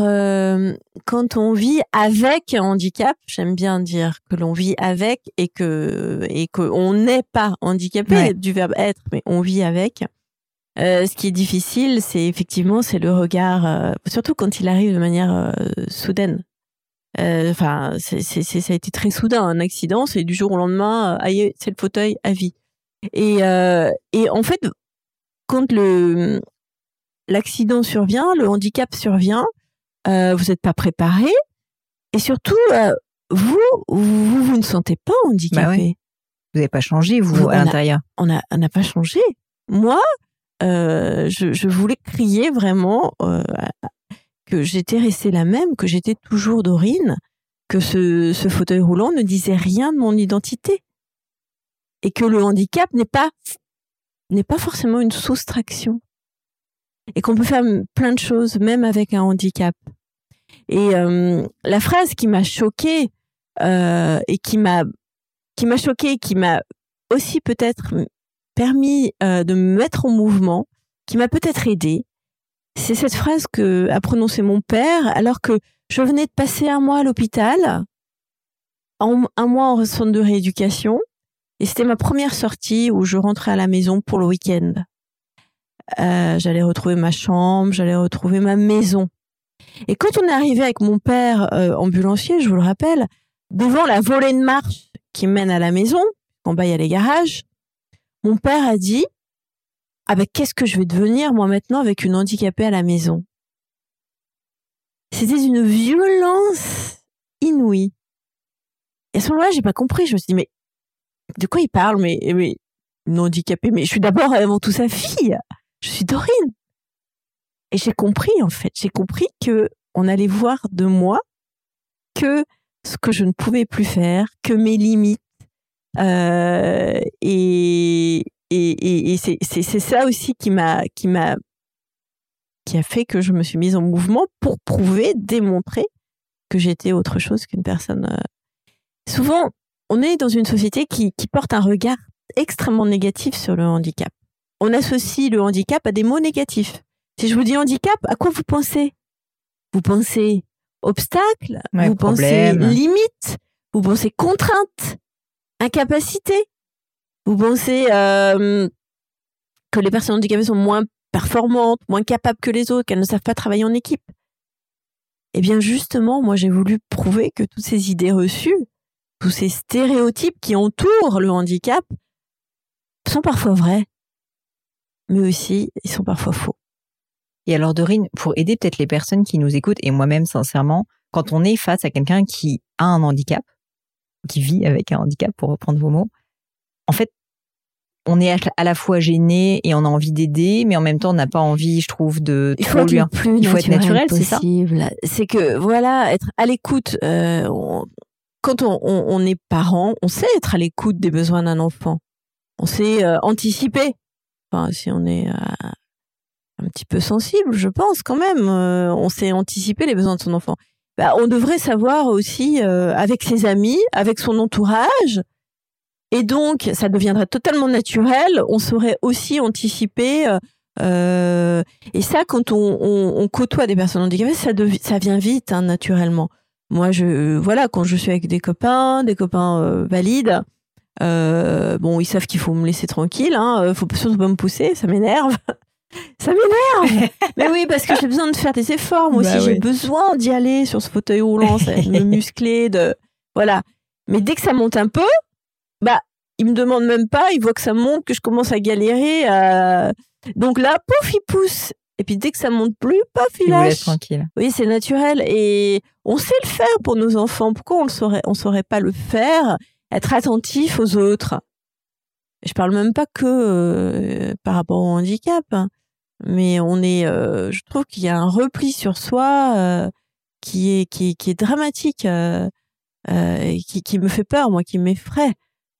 quand on vit avec un handicap, j'aime bien dire que l'on vit avec et qu'on n'est pas handicapé, du verbe être, mais on vit avec. Ce qui est difficile, c'est le regard, surtout quand il arrive de manière soudaine. Ça a été très soudain, un accident, c'est du jour au lendemain, aïe, c'est le fauteuil à vie. Et en fait, quand l'accident survient, le handicap survient, vous n'êtes pas préparé, et surtout, vous ne sentez pas handicapé. Bah ouais. Vous n'avez pas changé, vous, à l'intérieur. On n'a pas changé. Moi, je voulais crier vraiment que j'étais restée la même, que j'étais toujours Dorine, que ce fauteuil roulant ne disait rien de mon identité, et que le handicap n'est pas forcément une soustraction, et qu'on peut faire plein de choses même avec un handicap. Et la phrase qui m'a choquée et qui m'a aussi peut-être permis de me mettre en mouvement, qui m'a peut-être aidée, c'est cette phrase qu'a prononcée mon père alors que je venais de passer 1 mois à l'hôpital, 1 mois en centre de rééducation, et c'était ma première sortie où je rentrais à la maison pour le week-end. J'allais retrouver ma chambre, j'allais retrouver ma maison. Et quand on est arrivé avec mon père ambulancier, je vous le rappelle, devant la volée de marche qui mène à la maison, en bas il y a les garages, mon père a dit « Ah ben qu'est-ce que je vais devenir moi maintenant avec une handicapée à la maison ?» C'était une violence inouïe. Et à ce moment-là, j'ai pas compris. Je me suis dit, mais de quoi il parle? Mais une handicapée, mais je suis d'abord avant tout sa fille. Je suis Dorine. Et j'ai compris, en fait. J'ai compris que on allait voir de moi que ce que je ne pouvais plus faire, que mes limites. Et c'est ça aussi qui a fait que je me suis mise en mouvement pour démontrer que j'étais autre chose qu'une personne. Souvent, on est dans une société qui porte un regard extrêmement négatif sur le handicap. On associe le handicap à des mots négatifs. Si je vous dis handicap, à quoi vous pensez? Vous pensez obstacle, vous pensez limite, vous pensez contrainte, incapacité, vous pensez que les personnes handicapées sont moins performantes, moins capables que les autres, qu'elles ne savent pas travailler en équipe. Eh bien justement, moi j'ai voulu prouver que toutes ces idées reçues, tous ces stéréotypes qui entourent le handicap sont parfois vrais, mais aussi ils sont parfois faux. Et alors Dorine, pour aider peut-être les personnes qui nous écoutent, et moi-même sincèrement, quand on est face à quelqu'un qui a un handicap, qui vit avec un handicap, pour reprendre vos mots, en fait, on est à la fois gêné et on a envie d'aider, mais en même temps, on n'a pas envie, je trouve, de trop lui. Il faut être naturel, c'est ça. C'est que, voilà, être à l'écoute. Quand on est parent, on sait être à l'écoute des besoins d'un enfant. On sait anticiper. Enfin, si on est un petit peu sensible, je pense quand même, on sait anticiper les besoins de son enfant. On devrait savoir aussi avec ses amis, avec son entourage. Et donc, ça deviendrait totalement naturel. On saurait aussi anticiper. Et ça, quand on côtoie des personnes handicapées, ça vient vite, hein, naturellement. Moi, quand je suis avec des copains valides, ils savent qu'il faut me laisser tranquille. Faut surtout pas me pousser, ça m'énerve. Ça m'énerve. Mais oui, parce que j'ai besoin de faire des efforts. Moi aussi, j'ai besoin d'y aller sur ce fauteuil roulant, de me muscler, voilà. Mais dès que ça monte un peu, il me demande même pas, il voit que ça monte, que je commence à galérer. Donc là, pouf, il pousse. Et puis dès que ça monte plus, paf, il lâche. Vous laisse tranquille. Oui, c'est naturel. Et on sait le faire pour nos enfants. Pourquoi on saurait pas le faire? Être attentif aux autres. Je parle même pas que par rapport au handicap, hein. Mais je trouve qu'il y a un repli sur soi qui est dramatique, qui me fait peur, moi, qui m'effraie.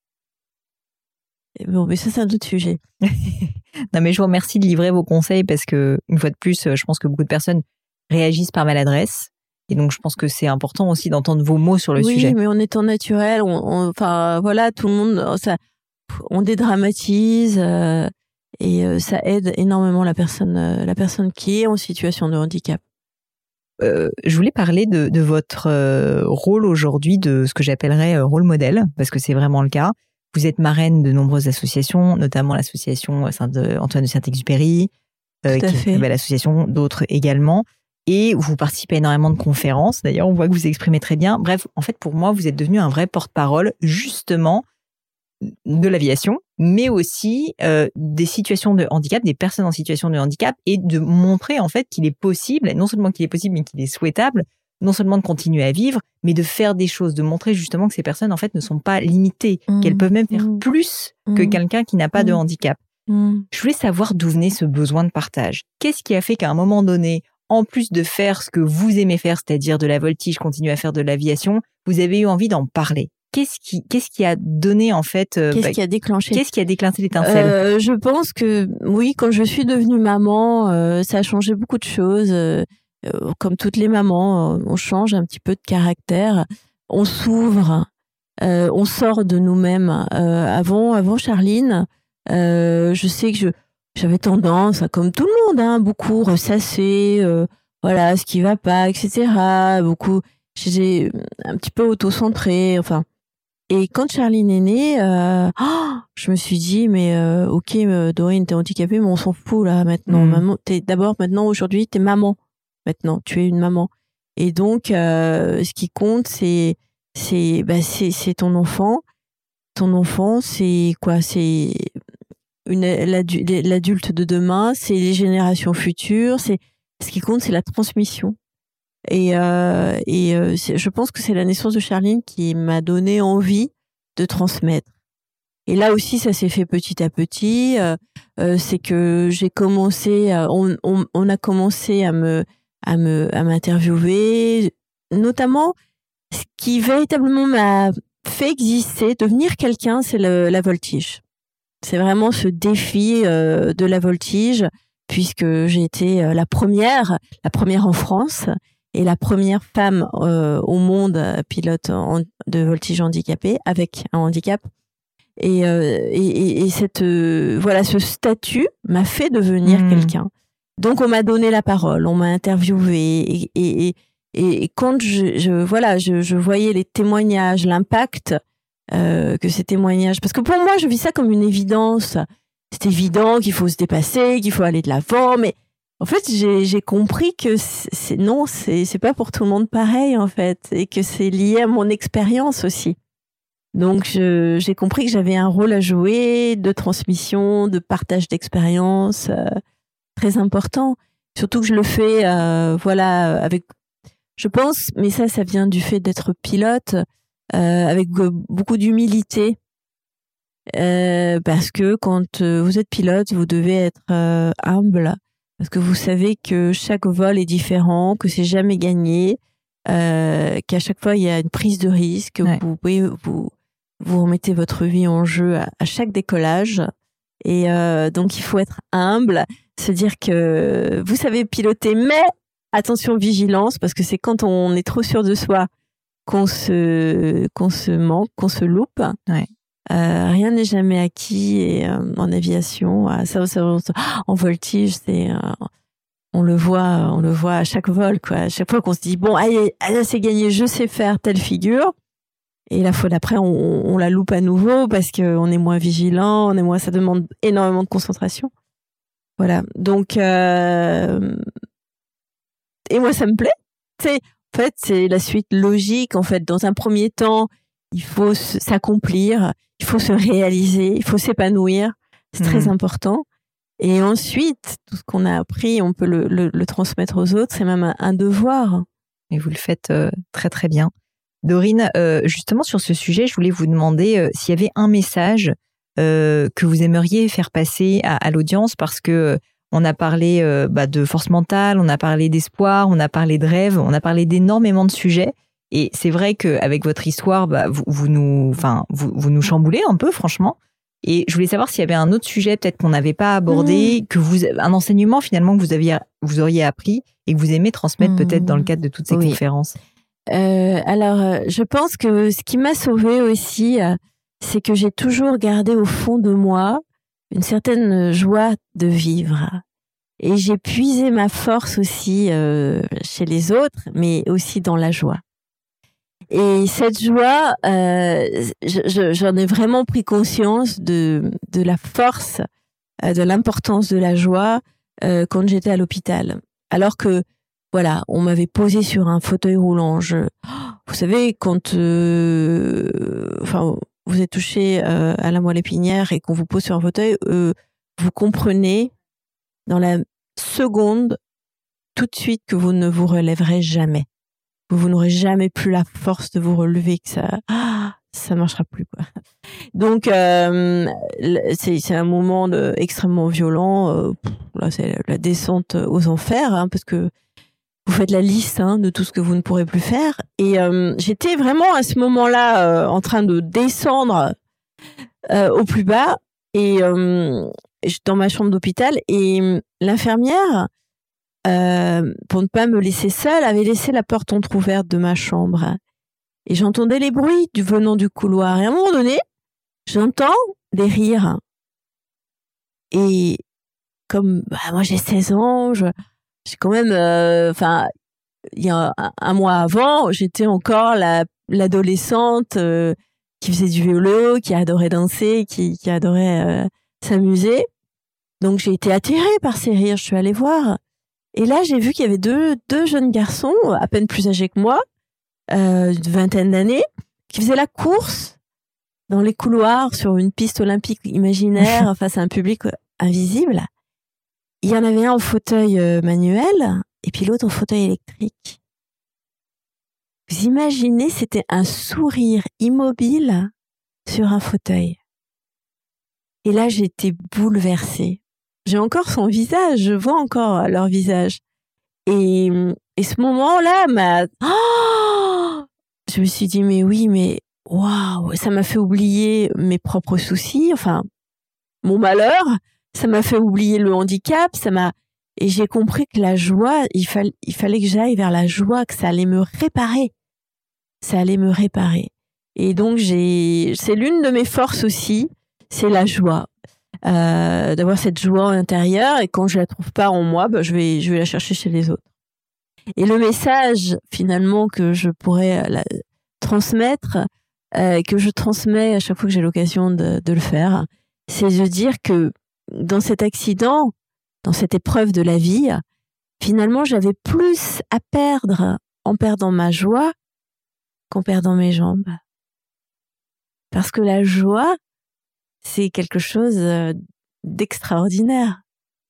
Bon, mais ça, c'est un autre sujet. Non, mais je vous remercie de livrer vos conseils parce que, une fois de plus, je pense que beaucoup de personnes réagissent par maladresse. Et donc, je pense que c'est important aussi d'entendre vos mots sur le sujet. Oui, mais en étant naturel, voilà, tout le monde, on dédramatise et ça aide énormément la personne qui est en situation de handicap. Je voulais parler de votre rôle aujourd'hui, de ce que j'appellerais rôle modèle, parce que c'est vraiment le cas. Vous êtes marraine de nombreuses associations, notamment l'association Antoine de Saint-Exupéry, qui est une belle association, d'autres également. Et vous participez à énormément de conférences. D'ailleurs, on voit que vous exprimez très bien. Bref, en fait, pour moi, vous êtes devenu un vrai porte-parole, justement, de l'aviation, mais aussi des situations de handicap, des personnes en situation de handicap, et de montrer, en fait, qu'il est possible, non seulement qu'il est possible, mais qu'il est souhaitable, non seulement de continuer à vivre, mais de faire des choses, de montrer justement que ces personnes, en fait, ne sont pas limitées, qu'elles peuvent même faire plus que quelqu'un qui n'a pas de handicap. Je voulais savoir d'où venait ce besoin de partage. Qu'est-ce qui a fait qu'à un moment donné, en plus de faire ce que vous aimez faire, c'est-à-dire de la voltige, continuer à faire de l'aviation, vous avez eu envie d'en parler? Qu'est-ce qui a donné, en fait... Qu'est-ce qui a déclenché l'étincelle? Je pense que, oui, quand je suis devenue maman, ça a changé beaucoup de choses. Comme toutes les mamans, on change un petit peu de caractère, on s'ouvre, on sort de nous-mêmes. Avant Charline, je sais que j'avais tendance, comme tout le monde, beaucoup ressasser, voilà, ce qui va pas, etc. J'étais un petit peu auto-centrée, enfin. Et quand Charline est née, je me suis dit, mais ok, Dorine, t'es handicapée, mais on s'en fout là maintenant. Maman, maintenant aujourd'hui, t'es maman. Maintenant, tu es une maman. Et donc, ce qui compte, c'est ton enfant. ton enfant, c'est quoi? C'est l'adulte de demain, c'est les générations futures. Ce qui compte, c'est la transmission. Je pense que c'est la naissance de Charline qui m'a donné envie de transmettre. Et là aussi, ça s'est fait petit à petit. C'est que j'ai commencé, on a commencé à m'interviewer, notamment ce qui véritablement m'a fait exister, devenir quelqu'un, c'est la voltige. C'est vraiment ce défi de la voltige, puisque j'ai été la première en France et la première femme au monde pilote de voltige handicapée avec un handicap. Et ce statut m'a fait devenir quelqu'un. Donc on m'a donné la parole, on m'a interviewé et quand je voyais les témoignages, l'impact que ces témoignages, parce que pour moi je vis ça comme une évidence. C'est évident qu'il faut se dépasser, qu'il faut aller de l'avant, mais en fait j'ai compris que c'est pas pour tout le monde pareil en fait, et que c'est lié à mon expérience aussi. Donc j'ai compris que j'avais un rôle à jouer de transmission, de partage d'expérience très important. Surtout que je le fais avec, je pense, mais ça vient du fait d'être pilote, avec beaucoup d'humilité. Parce que quand vous êtes pilote, vous devez être humble, parce que vous savez que chaque vol est différent, que c'est jamais gagné, qu'à chaque fois il y a une prise de risque, vous remettez votre vie en jeu à chaque décollage. Et donc il faut être humble, se dire que vous savez piloter, mais attention, vigilance, parce que c'est quand on est trop sûr de soi qu'on se manque, qu'on se loupe. Ouais. Rien n'est jamais acquis, et en aviation, en voltige, on le voit à chaque vol, quoi. À chaque fois qu'on se dit bon, allez, c'est gagné, je sais faire telle figure, et la fois d'après on la loupe à nouveau parce que on est moins vigilant, ça demande énormément de concentration. Voilà. Donc et moi ça me plaît. En fait, c'est la suite logique. En fait, dans un premier temps, il faut s'accomplir, il faut se réaliser, il faut s'épanouir. C'est très important. Et ensuite, tout ce qu'on a appris, on peut le transmettre aux autres. C'est même un devoir. Et vous le faites très très bien. Dorine, justement sur ce sujet, je voulais vous demander s'il y avait un message que vous aimeriez faire passer à l'audience, parce que on a parlé de force mentale, on a parlé d'espoir, on a parlé de rêve, on a parlé d'énormément de sujets. Et c'est vrai qu'avec votre histoire, vous nous chamboulez un peu, franchement. Et je voulais savoir s'il y avait un autre sujet peut-être qu'on n'avait pas abordé, un enseignement finalement que vous auriez appris et que vous aimez transmettre peut-être dans le cadre de toutes ces conférences. Alors, je pense que ce qui m'a sauvée aussi, c'est que j'ai toujours gardé au fond de moi une certaine joie de vivre. Et j'ai puisé ma force aussi chez les autres, mais aussi dans la joie. Et cette joie, j'en ai vraiment pris conscience de la force, de l'importance de la joie quand j'étais à l'hôpital. Alors que, voilà, on m'avait posé sur un fauteuil roulant. Vous savez, quand vous êtes touché à la moelle épinière et qu'on vous pose sur un fauteuil, vous comprenez dans la seconde tout de suite que vous ne vous relèverez jamais. Vous n'aurez jamais plus la force de vous relever, que ça marchera plus, quoi. Donc c'est un moment extrêmement violent. Là, c'est la descente aux enfers, parce que vous faites la liste de tout ce que vous ne pourrez plus faire. Et j'étais vraiment à ce moment-là en train de descendre au plus bas, et dans ma chambre d'hôpital, et l'infirmière, pour ne pas me laisser seule, avait laissé la porte entrouverte de ma chambre. Et j'entendais les bruits venant du couloir. Et à un moment donné, j'entends des rires. Et comme moi j'ai 16 ans, j'ai quand même, il y a un mois avant, j'étais encore l'adolescente qui faisait du vélo, qui adorait danser, qui adorait s'amuser. Donc j'ai été attirée par ces rires. Je suis allée voir. Et là, j'ai vu qu'il y avait deux jeunes garçons, à peine plus âgés que moi, d'une vingtaine d'années, qui faisaient la course dans les couloirs sur une piste olympique imaginaire face à un public invisible. Il y en avait un au fauteuil manuel et puis l'autre au fauteuil électrique. Vous imaginez, c'était un sourire immobile sur un fauteuil. Et là, j'ai été bouleversée. J'ai encore son visage, je vois encore leur visage. Et ce moment-là je me suis dit, mais oui, mais waouh, ça m'a fait oublier mes propres soucis, enfin, mon malheur, ça m'a fait oublier le handicap, et j'ai compris que la joie, il fallait que j'aille vers la joie, que ça allait me réparer. Ça allait me réparer. Et donc c'est l'une de mes forces aussi, c'est la joie. D'avoir cette joie intérieure, et quand je la trouve pas en moi, je vais la chercher chez les autres. Et le message finalement que je pourrais transmettre, que je transmets à chaque fois que j'ai l'occasion de le faire, c'est de dire que dans cet accident, dans cette épreuve de la vie, finalement j'avais plus à perdre en perdant ma joie qu'en perdant mes jambes. Parce que la joie, c'est quelque chose d'extraordinaire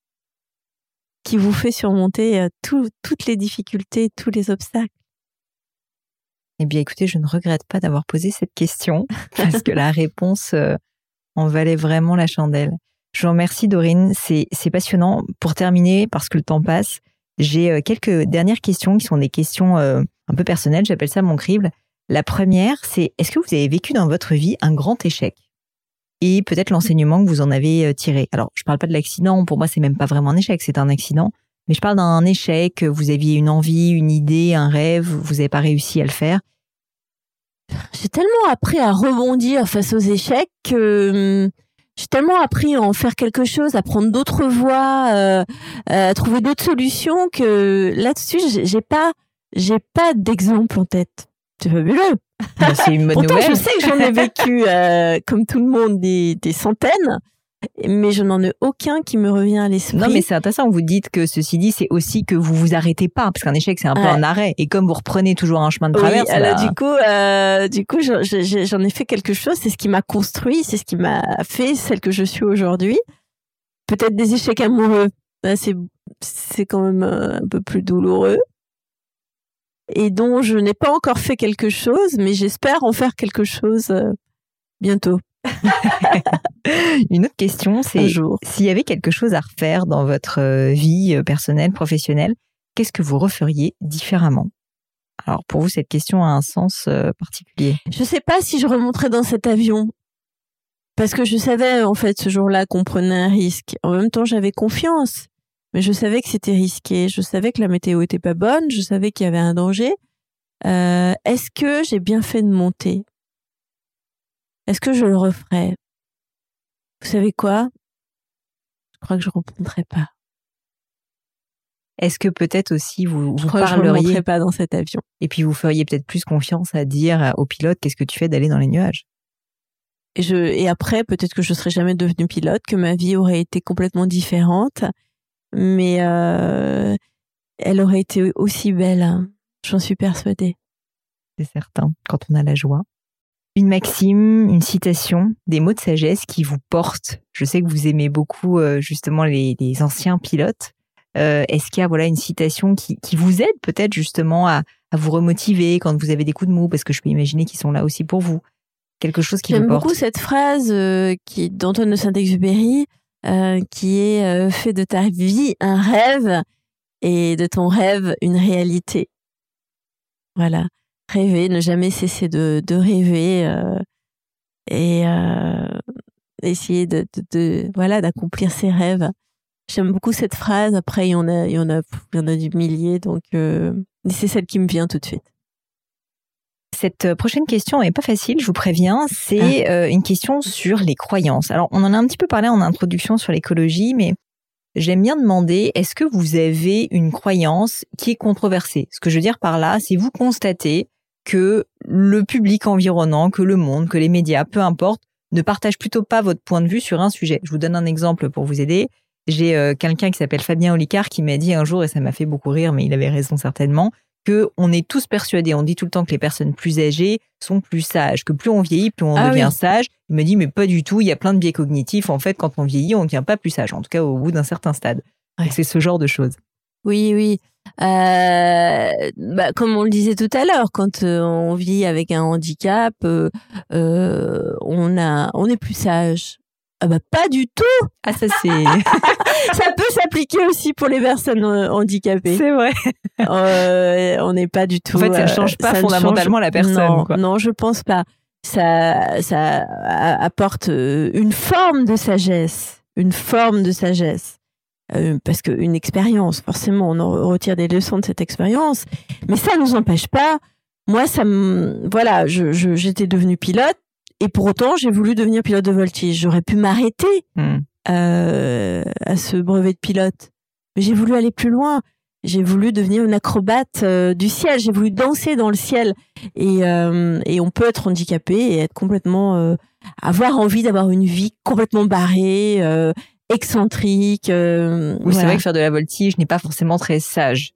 qui vous fait surmonter toutes les difficultés, tous les obstacles. Eh bien, écoutez, je ne regrette pas d'avoir posé cette question parce que la réponse en valait vraiment la chandelle. Je vous remercie, Dorine. C'est passionnant. Pour terminer, parce que le temps passe, j'ai quelques dernières questions qui sont des questions un peu personnelles. J'appelle ça mon crible. La première, c'est est-ce que vous avez vécu dans votre vie un grand échec ? Et peut-être l'enseignement que vous en avez tiré. Alors, je parle pas de l'accident, pour moi, c'est même pas vraiment un échec, c'est un accident. Mais je parle d'un échec, vous aviez une envie, une idée, un rêve, vous n'avez pas réussi à le faire. J'ai tellement appris à rebondir face aux échecs que j'ai tellement appris à en faire quelque chose, à prendre d'autres voies, à trouver d'autres solutions que là-dessus, j'ai pas d'exemple en tête. C'est fabuleux. C'est une bonne Pourtant, nouvelle. je sais que j'en ai vécu, comme tout le monde, des centaines, mais je n'en ai aucun qui me revient à l'esprit. Non, mais c'est intéressant. Vous dites que ceci dit, c'est aussi que vous vous arrêtez pas, parce qu'un échec, c'est un peu un arrêt. Et comme vous reprenez toujours un chemin de traverse. Oui, alors du coup, j'en ai fait quelque chose. C'est ce qui m'a construit, c'est ce qui m'a fait celle que je suis aujourd'hui. Peut-être des échecs amoureux. Là, c'est quand même un peu plus douloureux. Et dont je n'ai pas encore fait quelque chose, mais j'espère en faire quelque chose bientôt. Une autre question, c'est s'il y avait quelque chose à refaire dans votre vie personnelle, professionnelle, qu'est-ce que vous referiez différemment ? Alors pour vous, cette question a un sens particulier. Je ne sais pas si je remonterais dans cet avion, parce que je savais en fait ce jour-là qu'on prenait un risque. En même temps, j'avais confiance. Mais je savais que c'était risqué, je savais que la météo était pas bonne, je savais qu'il y avait un danger. Est-ce que j'ai bien fait de monter ? Est-ce que je le referais ? Vous savez quoi ? Je crois que je remonterai pas. Est-ce que peut-être aussi vous parleriez... Je ne remonterai pas dans cet avion. Et puis vous feriez peut-être plus confiance à dire au pilote qu'est-ce que tu fais d'aller dans les nuages ? Et après, peut-être que je serais jamais devenue pilote, que ma vie aurait été complètement différente. Mais elle aurait été aussi belle, hein. J'en suis persuadée. C'est certain, quand on a la joie. Une maxime, une citation, des mots de sagesse qui vous portent. Je sais que vous aimez beaucoup justement les anciens pilotes. Est-ce qu'il y a une citation qui vous aide peut-être justement à vous remotiver quand vous avez des coups de mou, parce que je peux imaginer qu'ils sont là aussi pour vous. Quelque chose qui vous porte. J'aime beaucoup cette phrase d'Antoine de Saint-Exupéry, qui est fait de ta vie un rêve et de ton rêve une réalité. Voilà, rêver, ne jamais cesser de rêver et essayer d'accomplir ses rêves. J'aime beaucoup cette phrase. Après, il y en a du millier, donc c'est celle qui me vient tout de suite. Cette prochaine question est pas facile, je vous préviens. C'est une question sur les croyances. Alors, on en a un petit peu parlé en introduction sur l'écologie, mais j'aime bien demander, est-ce que vous avez une croyance qui est controversée ? Ce que je veux dire par là, c'est vous constatez que le public environnant, que le monde, que les médias, peu importe, ne partagent plutôt pas votre point de vue sur un sujet. Je vous donne un exemple pour vous aider. J'ai quelqu'un qui s'appelle Fabien Olicard qui m'a dit un jour, et ça m'a fait beaucoup rire, mais il avait raison certainement, que on est tous persuadés, on dit tout le temps que les personnes plus âgées sont plus sages, que plus on vieillit, plus on devient sage. Il me dit, mais pas du tout, il y a plein de biais cognitifs. En fait, quand on vieillit, on ne devient pas plus sage, en tout cas au bout d'un certain stade. Ouais. Donc, c'est ce genre de choses. Oui. Comme on le disait tout à l'heure, quand on vit avec un handicap, on est plus sage. Pas du tout. Ah, ça c'est. Ça peut s'appliquer aussi pour les personnes handicapées. C'est vrai. On n'est pas du tout. En fait, ça ne change pas fondamentalement la personne. Non, quoi. Non, je pense pas. Ça apporte une forme de sagesse. Parce qu'une expérience, forcément, on en retire des leçons de cette expérience. Mais ça nous empêche pas. Moi, j'étais devenue pilote. Et pour autant, j'ai voulu devenir pilote de voltige. J'aurais pu m'arrêter à ce brevet de pilote. Mais j'ai voulu aller plus loin. J'ai voulu devenir une acrobate du ciel. J'ai voulu danser dans le ciel. Et on peut être handicapé et être complètement... avoir envie d'avoir une vie complètement barrée, excentrique. Oui, c'est vrai que faire de la voltige n'est pas forcément très sage.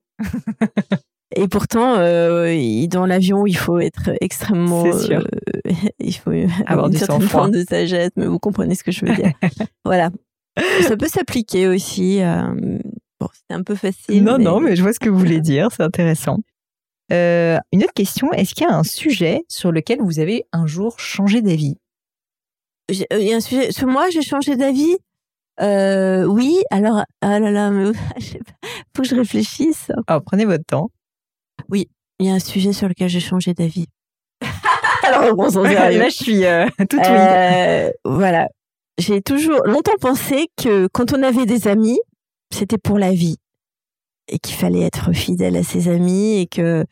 Et pourtant, dans l'avion, il faut être extrêmement... C'est sûr. Il faut avoir une certaine forme de sagesse, mais vous comprenez ce que je veux dire. Voilà. Ça peut s'appliquer aussi. Bon, c'était un peu facile. Non, mais je vois ce que vous voulez dire. C'est intéressant. Une autre question. Est-ce qu'il y a un sujet sur lequel vous avez un jour changé d'avis ? Il y a un sujet... Sur moi, j'ai changé d'avis. Oui, alors... Ah là là, mais faut que je réfléchisse. Prenez votre temps. Oui, il y a un sujet sur lequel j'ai changé d'avis. Alors, bon, sans sérieux. Là, je suis toute oui. Voilà. J'ai toujours longtemps pensé que quand on avait des amis, c'était pour la vie. Et qu'il fallait être fidèle à ses amis et que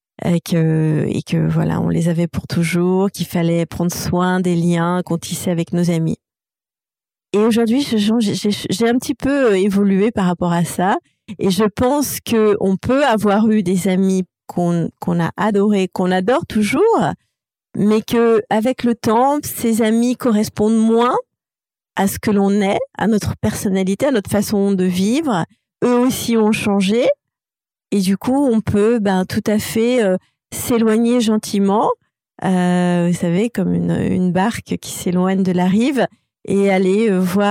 voilà, on les avait pour toujours, qu'il fallait prendre soin des liens qu'on tissait avec nos amis. Et aujourd'hui, j'ai un petit peu évolué par rapport à ça. Et je pense que on peut avoir eu des amis qu'on a adorés, qu'on adore toujours, mais que avec le temps, ces amis correspondent moins à ce que l'on est, à notre personnalité, à notre façon de vivre. Eux aussi ont changé. Et du coup, on peut tout à fait s'éloigner gentiment, vous savez, comme une barque qui s'éloigne de la rive et aller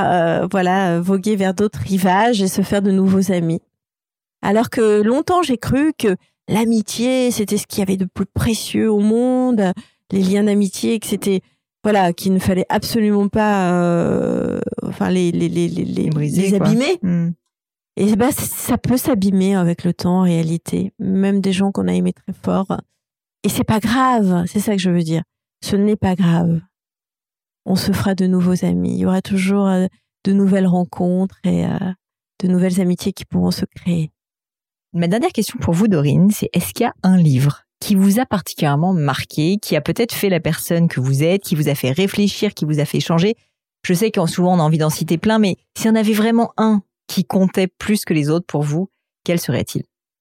voguer vers d'autres rivages et se faire de nouveaux amis. Alors que longtemps, j'ai cru que l'amitié, c'était ce qu'il y avait de plus précieux au monde, les liens d'amitié, que c'était qu'il ne fallait absolument pas les abîmer. Et ça peut s'abîmer avec le temps en réalité, même des gens qu'on a aimés très fort. Et c'est pas grave, c'est ça que je veux dire. Ce n'est pas grave. On se fera de nouveaux amis. Il y aura toujours de nouvelles rencontres et de nouvelles amitiés qui pourront se créer. Ma dernière question pour vous, Dorine, c'est est-ce qu'il y a un livre qui vous a particulièrement marqué, qui a peut-être fait la personne que vous êtes, qui vous a fait réfléchir, qui vous a fait changer ? Je sais qu'en souvent on a envie d'en citer plein, mais s'il y en avait vraiment un qui comptait plus que les autres pour vous, quel serait-il ?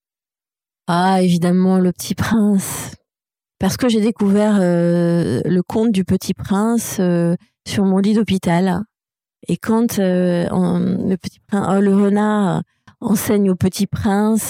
Ah, évidemment, Le Petit Prince. Parce que j'ai découvert le conte du Petit Prince sur mon lit d'hôpital. Et quand le Petit Prince, le renard enseigne au Petit Prince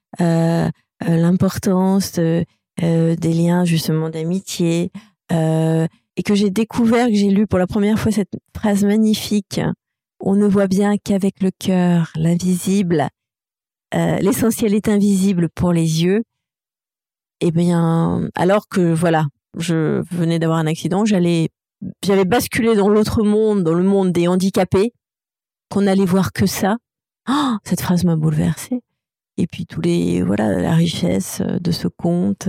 l'importance des liens justement d'amitié, et que j'ai découvert, que j'ai lu pour la première fois cette phrase magnifique: on ne voit bien qu'avec le cœur, l'invisible, l'essentiel est invisible pour les yeux. Eh bien, alors que je venais d'avoir un accident, j'avais basculé dans l'autre monde, dans le monde des handicapés, qu'on n'allait voir que ça. Oh, cette phrase m'a bouleversée. Et puis la richesse de ce conte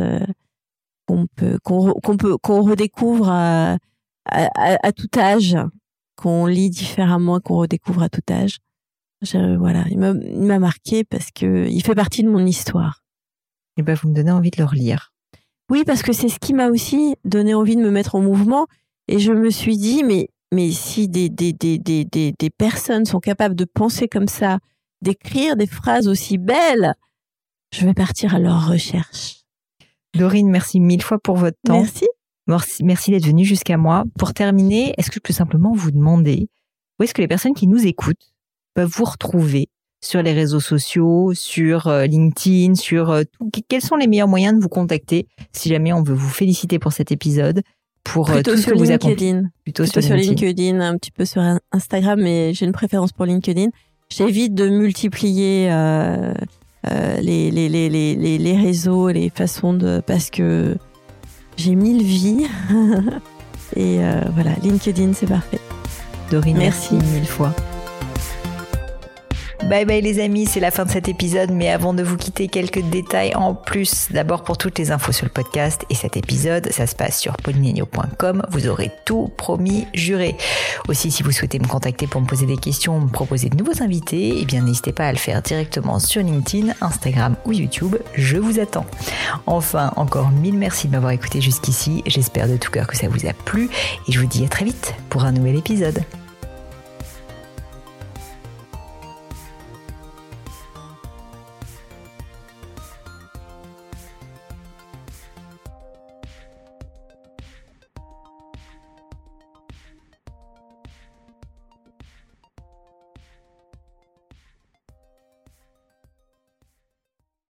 qu'on redécouvre à tout âge, qu'on lit différemment, qu'on redécouvre à tout âge. Il m'a marqué parce que il fait partie de mon histoire. Et vous me donnez envie de le relire. Oui, parce que c'est ce qui m'a aussi donné envie de me mettre en mouvement. Et je me suis dit, mais si des personnes sont capables de penser comme ça, d'écrire des phrases aussi belles, je vais partir à leur recherche. Dorine, merci 1000 fois pour votre temps. Merci d'être venue jusqu'à moi. Pour terminer, est-ce que je peux simplement vous demander où est-ce que les personnes qui nous écoutent peuvent vous retrouver sur les réseaux sociaux, sur LinkedIn, sur quels sont les meilleurs moyens de vous contacter si jamais on veut vous féliciter pour cet épisode, pour tout ce que vous accomplissez. Plutôt sur LinkedIn, un petit peu sur Instagram, mais j'ai une préférence pour LinkedIn. J'évite de multiplier les réseaux, les façons parce que j'ai 1000 vies. Et voilà, LinkedIn, c'est parfait. Dorine, merci 1000 fois. Bye bye les amis, c'est la fin de cet épisode, mais avant de vous quitter, quelques détails en plus. D'abord pour toutes les infos sur le podcast et cet épisode, ça se passe sur paulinegno.com, vous aurez tout promis, juré. Aussi, si vous souhaitez me contacter pour me poser des questions, me proposer de nouveaux invités, eh bien n'hésitez pas à le faire directement sur LinkedIn, Instagram ou YouTube, je vous attends. Enfin, encore 1000 merci de m'avoir écouté jusqu'ici, j'espère de tout cœur que ça vous a plu et je vous dis à très vite pour un nouvel épisode.